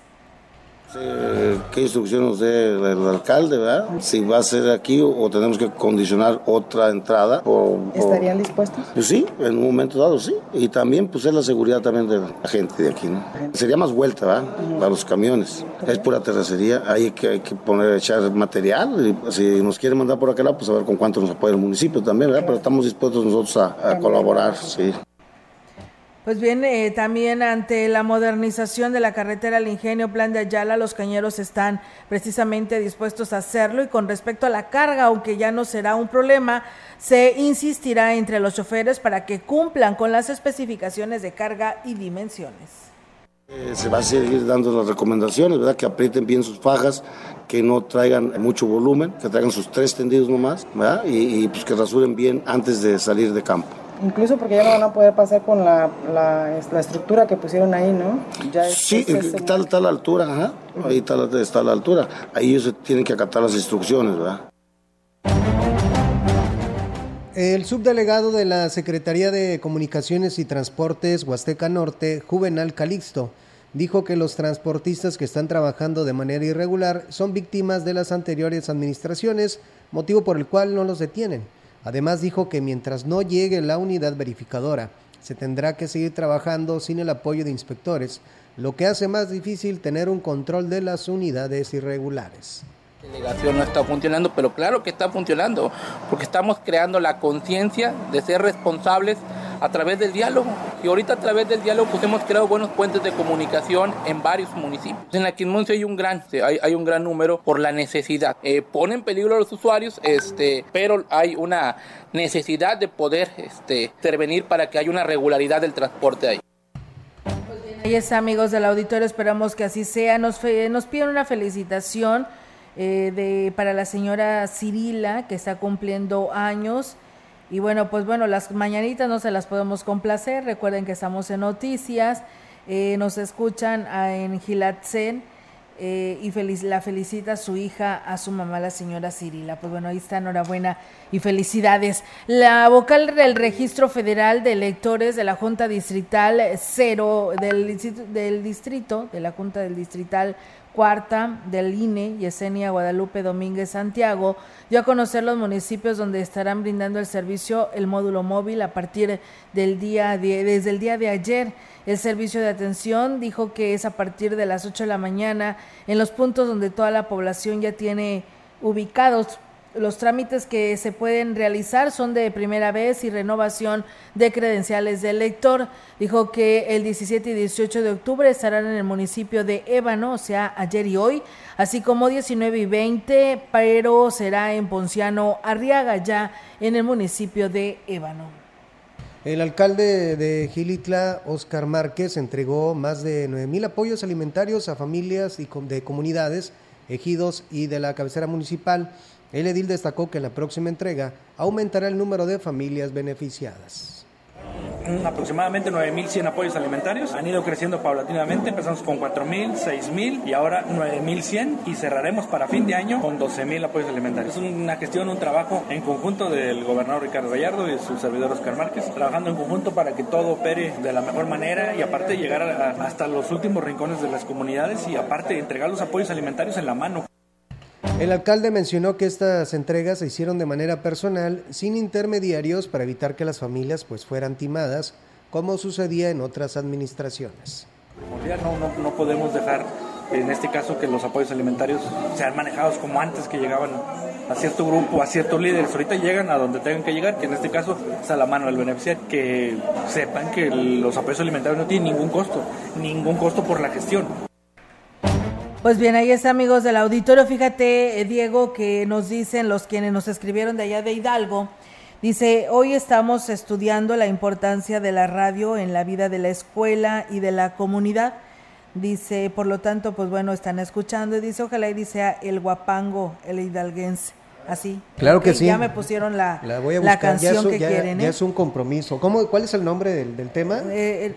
Eh, ¿Qué instrucción nos dé el alcalde, verdad? Si va a ser aquí o, o tenemos que condicionar otra entrada. O, ¿Estarían o, dispuestos? Pues sí, en un momento dado sí. Y también pues es la seguridad también de la gente de aquí, ¿no? Sería más vuelta, ¿verdad? Uh-huh. Para los camiones. Uh-huh. Es pura terracería, hay que, hay que poner, echar material. Y si nos quieren mandar por aquel lado, pues a ver con cuánto nos apoya el municipio también, ¿verdad? Pero estamos dispuestos nosotros a, a colaborar, sí. Pues bien, eh, también ante la modernización de la carretera al Ingenio Plan de Ayala, los cañeros están precisamente dispuestos a hacerlo, y con respecto a la carga, aunque ya no será un problema, se insistirá entre los choferes para que cumplan con las especificaciones de carga y dimensiones. Eh, se va a seguir dando las recomendaciones, ¿verdad? Que aprieten bien sus fajas, que no traigan mucho volumen, que traigan sus tres tendidos nomás, ¿verdad? Y, y pues que rasuren bien antes de salir de campo. Incluso porque ya no van a poder pasar con la, la, la estructura que pusieron ahí, ¿no? Ya es, sí, es, es, está, está a la altura, ajá. Ahí está, está a la altura. Ahí ellos tienen que acatar las instrucciones, ¿verdad? El subdelegado de la Secretaría de Comunicaciones y Transportes Huasteca Norte, Juvenal Calixto, dijo que los transportistas que están trabajando de manera irregular son víctimas de las anteriores administraciones, motivo por el cual no los detienen. Además dijo que mientras no llegue la unidad verificadora, se tendrá que seguir trabajando sin el apoyo de inspectores, lo que hace más difícil tener un control de las unidades irregulares. La delegación no está funcionando, pero claro que está funcionando, porque estamos creando la conciencia de ser responsables a través del diálogo. Y ahorita a través del diálogo pues hemos creado buenos puentes de comunicación en varios municipios. En la Quismoncio hay un gran, hay, hay un gran número por la necesidad. Eh, pone en peligro a los usuarios, este, pero hay una necesidad de poder este, intervenir para que haya una regularidad del transporte ahí. Ahí está, amigos del auditorio, esperamos que así sea. Nos, fe, nos piden una felicitación eh, de, para la señora Cirila, que está cumpliendo años. Y bueno, pues bueno, las mañanitas no se las podemos complacer. Recuerden que estamos en noticias, eh, nos escuchan a, en Gilatzen, eh, y feliz, la felicita a su hija, a su mamá, la señora Cirila. Pues bueno, ahí está, enhorabuena y felicidades. La vocal del Registro Federal de Electores de la Junta Distrital cero del, del distrito, de la Junta del Distrital Cuarta del I N E, Yesenia Guadalupe Domínguez Santiago, dio a conocer los municipios donde estarán brindando el servicio el módulo móvil a partir del día de, desde el día de ayer. El servicio de atención dijo que es a partir de las ocho de la mañana en los puntos donde toda la población ya tiene ubicados. Los trámites que se pueden realizar son de primera vez y renovación de credenciales del elector. Dijo que el diecisiete y dieciocho de octubre estarán en el municipio de Ébano, o sea, ayer y hoy, así como diecinueve y veinte, pero será en Ponciano Arriaga, ya en el municipio de Ébano. El alcalde de Gilitla, Óscar Márquez, entregó más de nueve mil apoyos alimentarios a familias y de comunidades, ejidos y de la cabecera municipal. El edil destacó que en la próxima entrega aumentará el número de familias beneficiadas. Aproximadamente nueve mil cien apoyos alimentarios, han ido creciendo paulatinamente, empezamos con cuatro mil, seis mil y ahora nueve mil cien y cerraremos para fin de año con doce mil apoyos alimentarios. Es una gestión, un trabajo en conjunto del gobernador Ricardo Gallardo y de su servidor Óscar Márquez, trabajando en conjunto para que todo opere de la mejor manera y aparte llegar a, hasta los últimos rincones de las comunidades y aparte entregar los apoyos alimentarios en la mano. El alcalde mencionó que estas entregas se hicieron de manera personal, sin intermediarios, para evitar que las familias pues fueran timadas, como sucedía en otras administraciones. No, no, no podemos dejar, en este caso, que los apoyos alimentarios sean manejados como antes, que llegaban a cierto grupo, a ciertos líderes. Ahorita llegan a donde tengan que llegar, que en este caso es a la mano del beneficiario. Que sepan que los apoyos alimentarios no tienen ningún costo, ningún costo por la gestión. Pues bien, ahí está, amigos del auditorio. Fíjate, Diego, que nos dicen los quienes nos escribieron de allá de Hidalgo. Dice, hoy estamos estudiando la importancia de la radio en la vida de la escuela y de la comunidad. Dice, por lo tanto, pues bueno, están escuchando. Y dice, ojalá y dice el guapango, el hidalguense. Así. Claro que okay, sí. Ya me pusieron la, la, voy a la buscar. canción ya eso, que ya, quieren. ¿eh? Ya es un compromiso. ¿Cómo, ¿Cuál es el nombre del, del tema? Eh,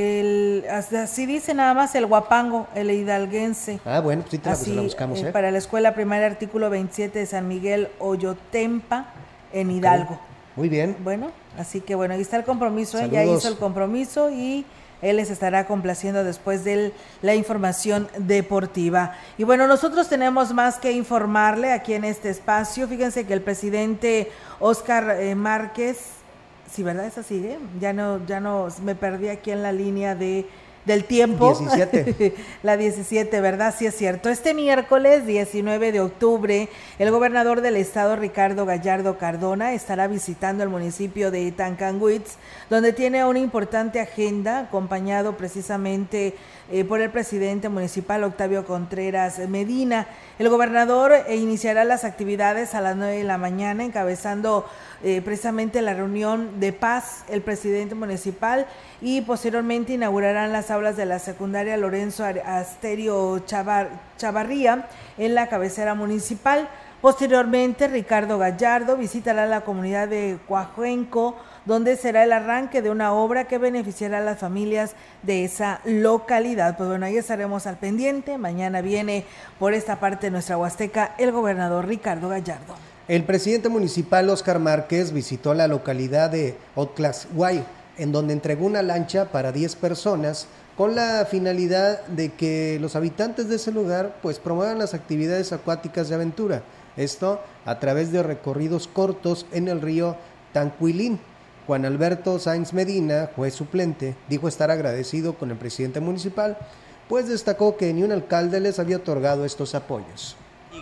el, el, así dice nada más el guapango, el hidalguense. Ah, bueno, pues sí, te la, así, la buscamos. Eh, ¿eh? Para la escuela primaria, artículo veintisiete de San Miguel Oyotempa, en Hidalgo. Okay. Muy bien. Bueno, así que bueno, ahí está el compromiso. ¿eh? Ya hizo el compromiso y él les estará complaciendo después de la información deportiva. Y bueno, nosotros tenemos más que informarle aquí en este espacio. Fíjense que el presidente Óscar eh, Márquez, sí, ¿verdad? ¿Esa sigue? Ya no, ya no, me perdí aquí en la línea de del tiempo. diecisiete. La diecisiete, ¿verdad? Sí es cierto. Este miércoles diecinueve de octubre, el gobernador del estado, Ricardo Gallardo Cardona, estará visitando el municipio de Tancanwitz, donde tiene una importante agenda, acompañado precisamente eh, por el presidente municipal, Octavio Contreras Medina. El gobernador eh, iniciará las actividades a las nueve de la mañana, encabezando eh, precisamente la reunión de paz, el presidente municipal, y posteriormente inaugurarán las aulas de la secundaria Lorenzo Asterio Chavar, Chavarría en la cabecera municipal. Posteriormente, Ricardo Gallardo visitará la comunidad de Coajuenco, donde será el arranque de una obra que beneficiará a las familias de esa localidad. Pues bueno, ahí estaremos al pendiente. Mañana viene por esta parte de nuestra Huasteca el gobernador Ricardo Gallardo. El presidente municipal Óscar Márquez visitó la localidad de Otlaxhuay, en donde entregó una lancha para diez personas con la finalidad de que los habitantes de ese lugar pues promuevan las actividades acuáticas de aventura. Esto a través de recorridos cortos en el río Tancuilín. Juan Alberto Sáenz Medina, juez suplente, dijo estar agradecido con el presidente municipal, pues destacó que ni un alcalde les había otorgado estos apoyos.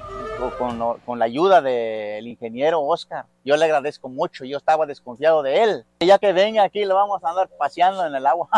Con, con la ayuda del ingeniero Óscar, yo le agradezco mucho, yo estaba desconfiado de él. Ya que venga aquí lo vamos a andar paseando en el agua,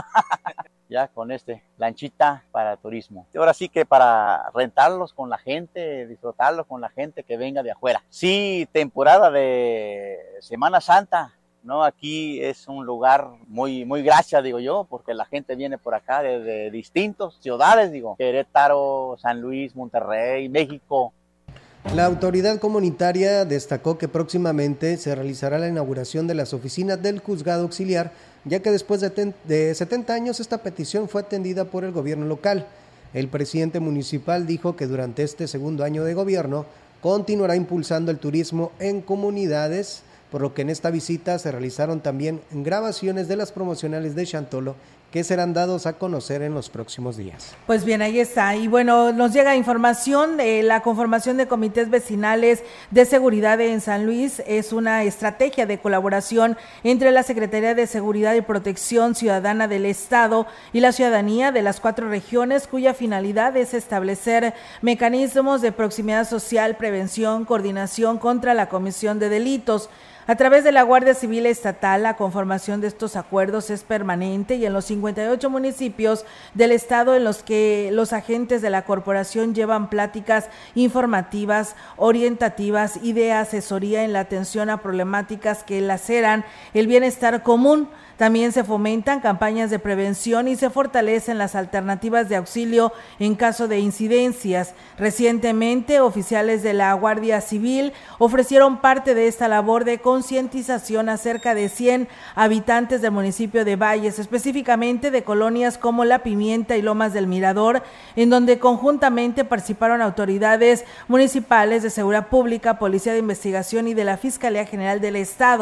ya con este lanchita para turismo. Y ahora sí que para rentarlos con la gente, disfrutarlos con la gente que venga de afuera. Sí, temporada de Semana Santa, ¿no? Aquí es un lugar muy, muy gracia, digo yo, porque la gente viene por acá de, de distintas ciudades, digo, Querétaro, San Luis, Monterrey, México. La autoridad comunitaria destacó que próximamente se realizará la inauguración de las oficinas del juzgado auxiliar, ya que después de, ten, de setenta años esta petición fue atendida por el gobierno local. El presidente municipal dijo que durante este segundo año de gobierno continuará impulsando el turismo en comunidades, por lo que en esta visita se realizaron también grabaciones de las promocionales de Chantolo que serán dados a conocer en los próximos días. Pues bien, ahí está. Y bueno, nos llega información de la conformación de comités vecinales de seguridad en San Luis. Es una estrategia de colaboración entre la Secretaría de Seguridad y Protección Ciudadana del Estado y la ciudadanía de las cuatro regiones, cuya finalidad es establecer mecanismos de proximidad social, prevención, coordinación contra la comisión de delitos. A través de la Guardia Civil Estatal, la conformación de estos acuerdos es permanente y en los cincuenta y ocho municipios del estado en los que los agentes de la corporación llevan pláticas informativas, orientativas y de asesoría en la atención a problemáticas que laceran el bienestar común. También se fomentan campañas de prevención y se fortalecen las alternativas de auxilio en caso de incidencias. Recientemente, oficiales de la Guardia Civil ofrecieron parte de esta labor de concientización a cerca de cien habitantes del municipio de Valles, específicamente de colonias como La Pimienta y Lomas del Mirador, en donde conjuntamente participaron autoridades municipales de seguridad pública, policía de investigación y de la Fiscalía General del Estado.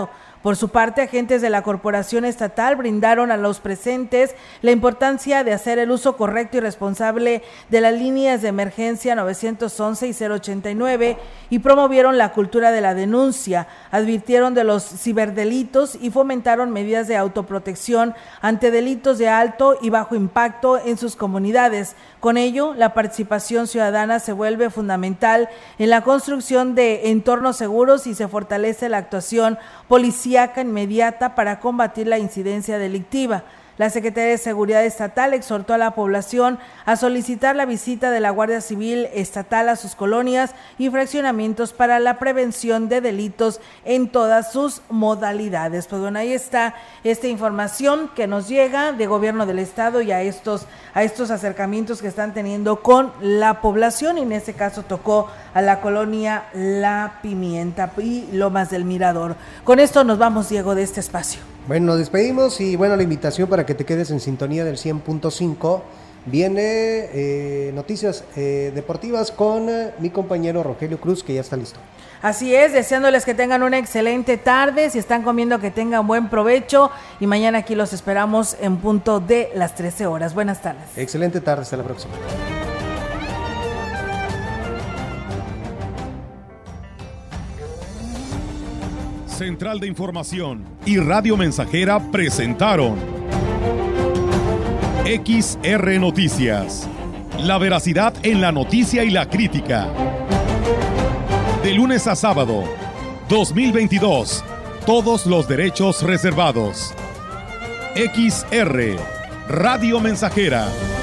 Por su parte, agentes de la Corporación Estatal brindaron a los presentes la importancia de hacer el uso correcto y responsable de las líneas de emergencia nueve once y cero ochenta y nueve y promovieron la cultura de la denuncia, advirtieron de los ciberdelitos y fomentaron medidas de autoprotección ante delitos de alto y bajo impacto en sus comunidades. Con ello, la participación ciudadana se vuelve fundamental en la construcción de entornos seguros y se fortalece la actuación policíaca inmediata para combatir la incidencia delictiva. La Secretaría de Seguridad Estatal exhortó a la población a solicitar la visita de la Guardia Civil Estatal a sus colonias y fraccionamientos para la prevención de delitos en todas sus modalidades. Pues bueno, ahí está esta información que nos llega de Gobierno del Estado y a estos, a estos acercamientos que están teniendo con la población, y en este caso tocó a la colonia La Pimienta y Lomas del Mirador. Con esto nos vamos, Diego, de este espacio. Bueno, nos despedimos y bueno, la invitación para que te quedes en sintonía del cien punto cinco. Viene eh, noticias eh, deportivas con eh, mi compañero Rogelio Cruz, que ya está listo. Así es, deseándoles que tengan una excelente tarde, si están comiendo que tengan buen provecho y mañana aquí los esperamos en punto de las trece horas. Buenas tardes. Excelente tarde, hasta la próxima. Central de Información y Radio Mensajera presentaron X R Noticias. La veracidad en la noticia y la crítica. De lunes a sábado, dos mil veintidós. Todos los derechos reservados. X R, Radio Mensajera.